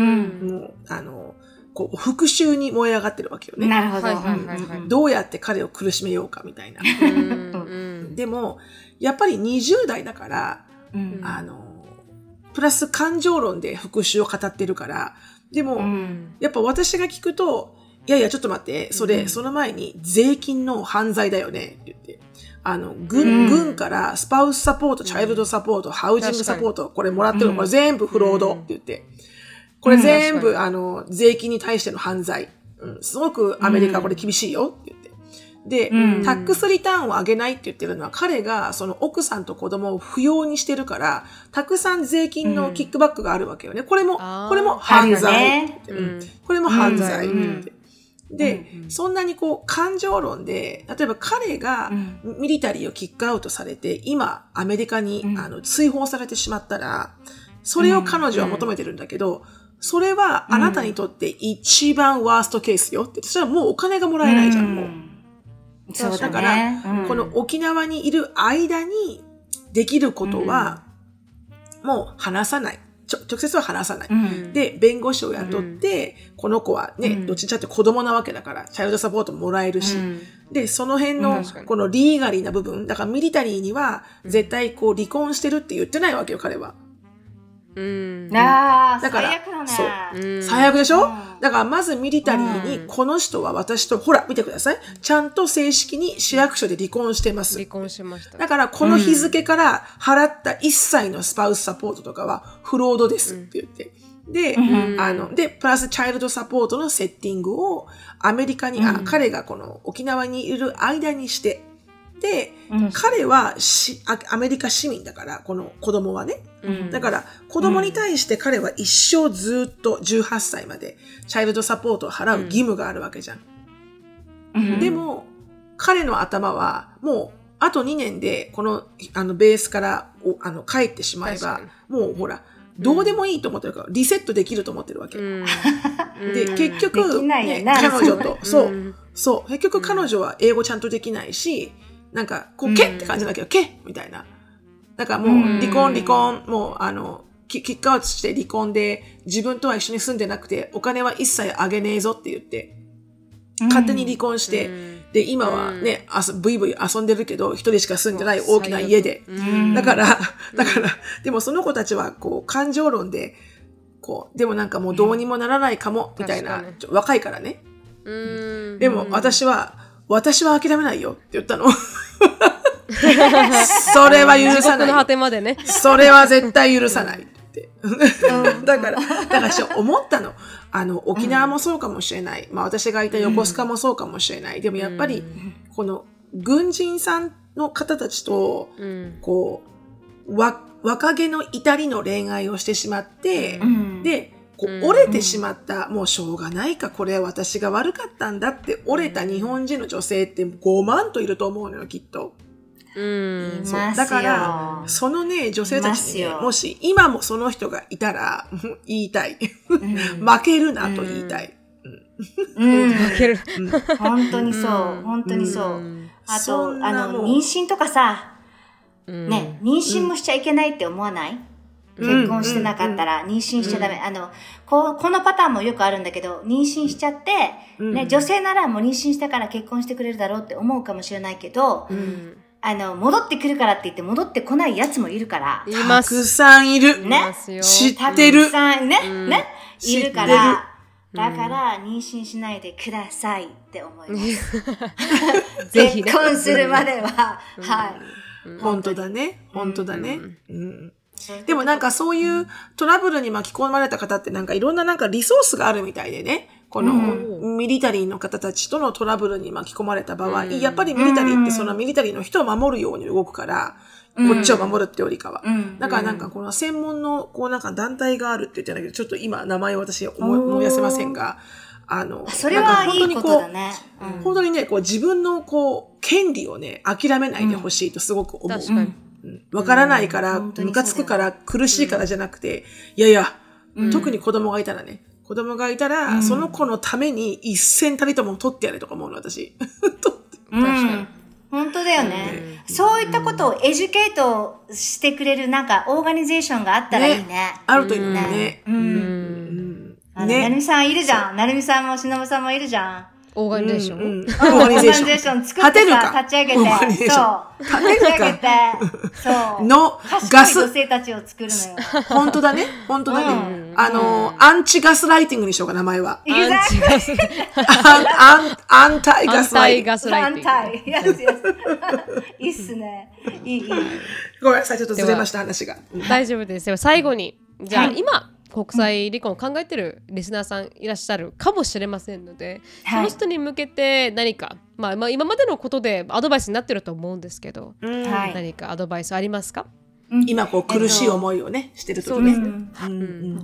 もう、あの、こう、復讐に燃え上がってるわけよね。 なるほど。 うん、どうやって彼を苦しめようかみたいな。うん、でも、やっぱりにじゅう代だから、うん、あの、プラス感情論で復讐を語ってるから、でも、うん、やっぱ私が聞くと、いやいや、ちょっと待って、それ、うん、その前に税金の犯罪だよね、って言って。あの、軍、うん、軍からスパウスサポート、チャイルドサポート、ハウジングサポート、これもらってるの、これ全部フロードって言って。これ全部、あの、税金に対しての犯罪。うん、すごくアメリカこれ厳しいよって言って。で、うん、タックスリターンを上げないって言ってるのは、彼がその奥さんと子供を不要にしてるから、たくさん税金のキックバックがあるわけよね。これも、これも犯罪って言って、うん。これも犯罪って言って。 で、うんうん、そんなにこう感情論で、例えば彼がミリタリーをキックアウトされて、今アメリカに、うん、あの追放されてしまったら、それを彼女は求めてるんだけど、うん、それはあなたにとって一番ワーストケースよって、そしたらもうお金がもらえないじゃん、もう。 うん、そうだから、うん、この沖縄にいる間にできることは、もう話さない。ちょ直接は話さない、うん。で、弁護士を雇って、うん、この子はね、うん、どっちにちゃって子供なわけだから、チャイルドサポートもらえるし、うん、で、その辺の、このリーガリーな部分、だからミリタリーには、絶対こう離婚してるって言ってないわけよ、彼は。 うん。ああ、だから、最悪だね。 そう。うん、最悪でしょ、うん、だからまずミリタリーに、この人は私と、ほら、見てください。ちゃんと正式に市役所で離婚してます。 離婚しました。 だからこの日付から払った一切のスパウスサポートとかはフロードですって言って。うん、で、うん、あの、で、プラスチャイルドサポートのセッティングをアメリカに、うん、あ、彼がこの沖縄にいる間にして、で、うん、彼はしアメリカ市民だから、この子供はね。うん、だから、子供に対して彼は一生ずっとじゅうはっさいまでチャイルドサポートを払う義務があるわけじゃん。うん、でも、彼の頭はもうあとにねんでこの、あのベースからおあの帰ってしまえば、もうほら、どうでもいいと思ってるから、リセットできると思ってるわけ。うん、で、結局、ね、彼女と、そう、そう、結局彼女は英語ちゃんとできないし、なんか、こう、けって感じだけど、けみたいな。だからもう、離婚、離婚、もう、あの、キックアウトして離婚で、自分とは一緒に住んでなくて、お金は一切あげねえぞって言って、勝手に離婚して、で、今はね、ブイブイ遊んでるけど、一人しか住んでない大きな家で。だから、だから、でもその子たちは、こう、感情論で、こう、でもなんかもうどうにもならないかも、みたいな、若いからね。でも私は、私は諦めないよって言ったの。それは許さない。 の果てまでね。 それは絶対許さないって。だから、だから思ったの。あの、沖縄もそうかもしれない。まあ私がいた横須賀もそうかもしれない。でもやっぱり、この軍人さんの方たちと、こう、わ、若気の至りの恋愛をしてしまって、で、こう折れてしまった、うん、もうしょうがないか、これは私が悪かったんだって折れた日本人の女性ってごまんといると思うのよ、きっと。 うん、そうだから、そのね、女性たちに、ね、もし今もその人がいたら、言いたい。うん、負けるなと言いたい。 うんうん、負ける。本当にそう。本当にそう。うん、あと、あの、妊娠とかさ、ね、妊娠もしちゃいけないって思わない？結婚してなかったら妊娠しちゃダメ。うん、あの、こ、このパターンもよくあるんだけど、妊娠しちゃって、うん、ね、女性ならもう妊娠したから結婚してくれるだろうって思うかもしれないけど、うん、あの、戻ってくるからって言って戻ってこないやつもいるから。 います。たくさんいる。 ね。 知ってる。 たくさんね、うん、ね。いるから、だから妊娠しないでくださいって思います。ぜひ、ね、結婚するまでは、うん、はい。 本当だね。本当だね。うん、うんでもなんかそういうトラブルに巻き込まれた方ってなんかいろんななんかリソースがあるみたいでね。このミリタリーの方たちとのトラブルに巻き込まれた場合、やっぱりミリタリーってそのミリタリーの人を守るように動くから、こっちを守るってよりかは。だからなんかこの専門のこうなんか団体があるって言ってたけど、ちょっと今名前私思い、思い出せませんが、あの、 それはいいことだね。 本当にね、こう自分のこう権利をね、諦めないでほしいとすごく思う。 確かに。 わからないから、ムカつくから、苦しいからじゃなくて、いやいや、特に子供がいたらね、子供がいたら、その子のために一銭たりとも取ってやれとか思うの、私。 確かに。本当だよね。そういったことをエデュケートしてくれるなんかオーガニゼーションがあったらいいね。 あるといいね。 うん。なるみさんいるじゃん。なるみさんもしのぶさんもいるじゃん。 オーガニゼーション、うんうん、オーガニゼーション作ってさ、立ち上げて、そう。立ち上げて、そう。の、ガス。女性たちを作るのよ。 本当だね。本当だね。うん、あの、アンチガスライティングにしようか、名前は。 アンチガスライティング。アンタイガスライティング。 アンタイ。やすやす。いいっすね。いい、いい。 ごめんなさい、ちょっとずれました、話が。 大丈夫ですよ。最後に、じゃあ、今、国際離婚を考えてるリスナーさんいらっしゃるかもしれませんので、はい、その人に向けて何か、まあ、まあ今までのことでアドバイスになってると思うんですけど、うん、何かアドバイスありますか？ うん、今こう苦しい思いをね、えっと、してる時ね、うんうんうん、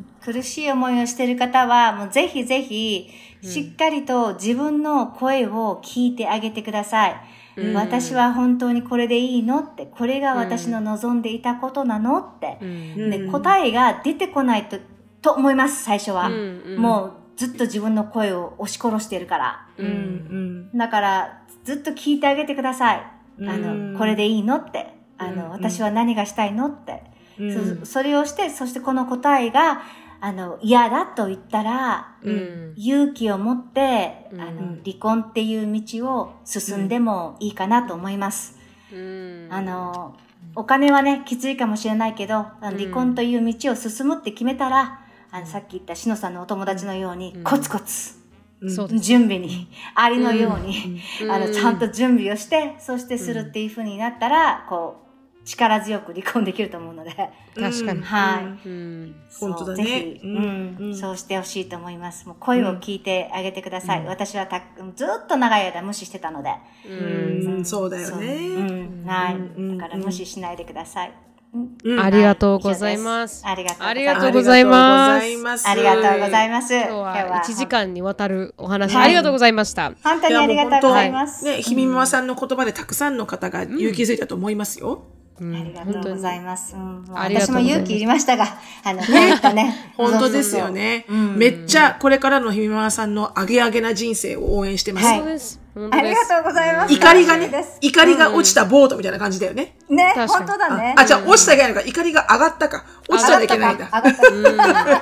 苦しい思いをしてる方はもうぜひぜひしっかりと自分の声を聞いてあげてください、うん、私は本当にこれでいいのって、これが私の望んでいたことなのって、うん、で答えが出てこないとと思います。最初は、うんうん、もうずっと自分の声を押し殺してるから、うんうん、だからずっと聞いてあげてください。あのこれでいいのって、あの、うん、私は何がしたいのって、うん、そ, それをして、そしてこの答えがあの嫌だと言ったら、うん、勇気を持って、うん、あの離婚っていう道を進んでもいいかなと思います、うん、あのお金はねきついかもしれないけど、離婚という道を進むって決めたら、あのさっき言ったしのさんのお友達のように、うん、コツコツ、うん、準備にありのように、うん、あのちゃんと準備をして、そしてするっていう風になったら、こう力強く離婚できると思うので、 確かに、 はい、 うん、本当だね、 ぜひ、うんうん、そうしてほしいと思います。もう声を聞いてあげてください、うん、私はたずっと長い間無視してたので、 うんうん、そうだよね、 うん、はい、だから無視しないでください、 うん、ありがとうございます。 ありがとうございます。 ありがとうございます。 今日はいちじかんにわたるお話、はい、ありがとうございました。 本当にありがとうございます。 ね、ひみママさんの言葉でたくさんの方が勇気づいたと思いますよ。 うん、ありがとうございます。うん、私も勇気いりましたが、あの、ね、 本当ですよね。そうそうそう、めっちゃこれからのひみママさんのアゲアゲな人生を応援してます。 はい、そうです。ありがとうございます。 怒りがね、怒りが落ちたボートみたいな感じだよね。 うん、ね、本当だね。 あ、じゃあ落ちたらいけないのか、怒りが上がったか、落ちたらいけないんだ。 上がった。上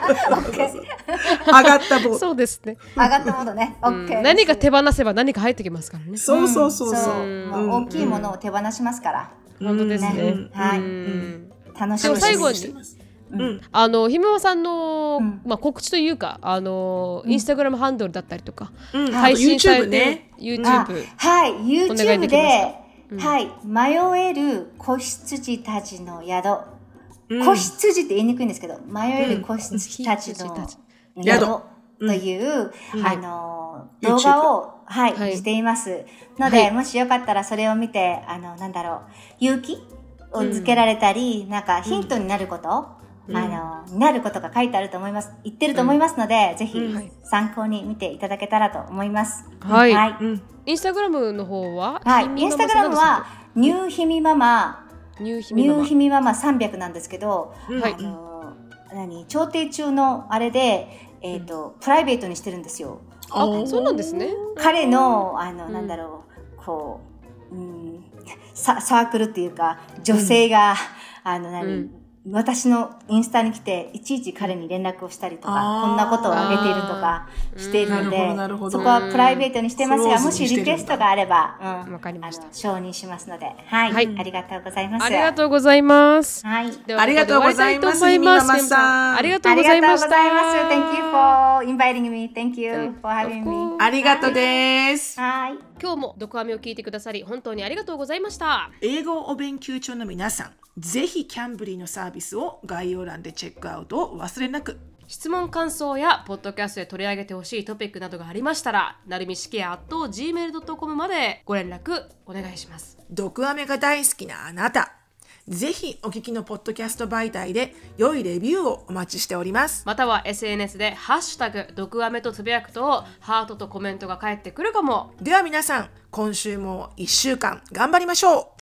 がったボート。 そうですね。 上がったボートね。オッケー。 何か手放せば何か入ってきますからね。 そうそうそうそう。 大きいものを手放しますから。 本当ですね。 はい。楽しみに最後に、うん、あのひみまさんの、うん、まあ、告知というか、あの、うん、インスタグラムハンドルだったりとか、 うん、配信されて、ね、 YouTube、はい、YouTube で、うん、はい、迷える子羊たちの宿、うん、子羊って言いにくいんですけど、迷える子羊たちの宿という、うん、あの、うん、動画を、はい、はい、していますので、はい、もしよかったらそれを見て、あの、なんだろう、勇気をつけられたり、うん、なんかヒントになること、うん、あの、になることが書いてあると思います。言ってると思いますので、うん、ぜひ参考に見ていただけたらと思います。 はい。はい、うん、インスタグラムの方は、 はい、インスタグラムはニューヒミママ、 ニューヒミママ、ニューヒミママさんびゃくなんですけど、うん、あの、何、調停中のあれで、えっと、プライベートにしてるんですよ。 あ、そうなんですね。 彼の、あの、うん、なんだろう、こう、うん、サ, サークルっていうか、女性が、うん、あの何、うん、私のインスタに来て、いちいち彼に連絡をしたりとか、こんなことをあげているとかしているので、そこはプライベートにしてますが、もしリクエストがあれば、うん、わかりました。承認しますので、はい、はい、ありがとうございます。 ありがとうございます。 はい、 ありがとうございます。ひみママさん、 ありがとうございました。 ありがとうございます。Thank you for inviting me. Thank you for having me. ありがとうです。 はい。 今日もドクアメを聞いてくださり本当にありがとうございました。 英語をお勉強中の皆さん、ぜひキャンブリーのサービスを概要欄でチェックアウトをお忘れなく。 質問感想やポッドキャストで取り上げてほしいトピックなどがありましたら、なるみしきや アットジーメールドットコム までご連絡お願いします。 ドクアメが大好きなあなた、ぜひお聞きのポッドキャスト媒体で良いレビューをお待ちしております。 または エスエヌエス でハッシュタグドクアメとつぶやくとハートとコメントが返ってくるかも。 では皆さん、今週もいっしゅうかん頑張りましょう。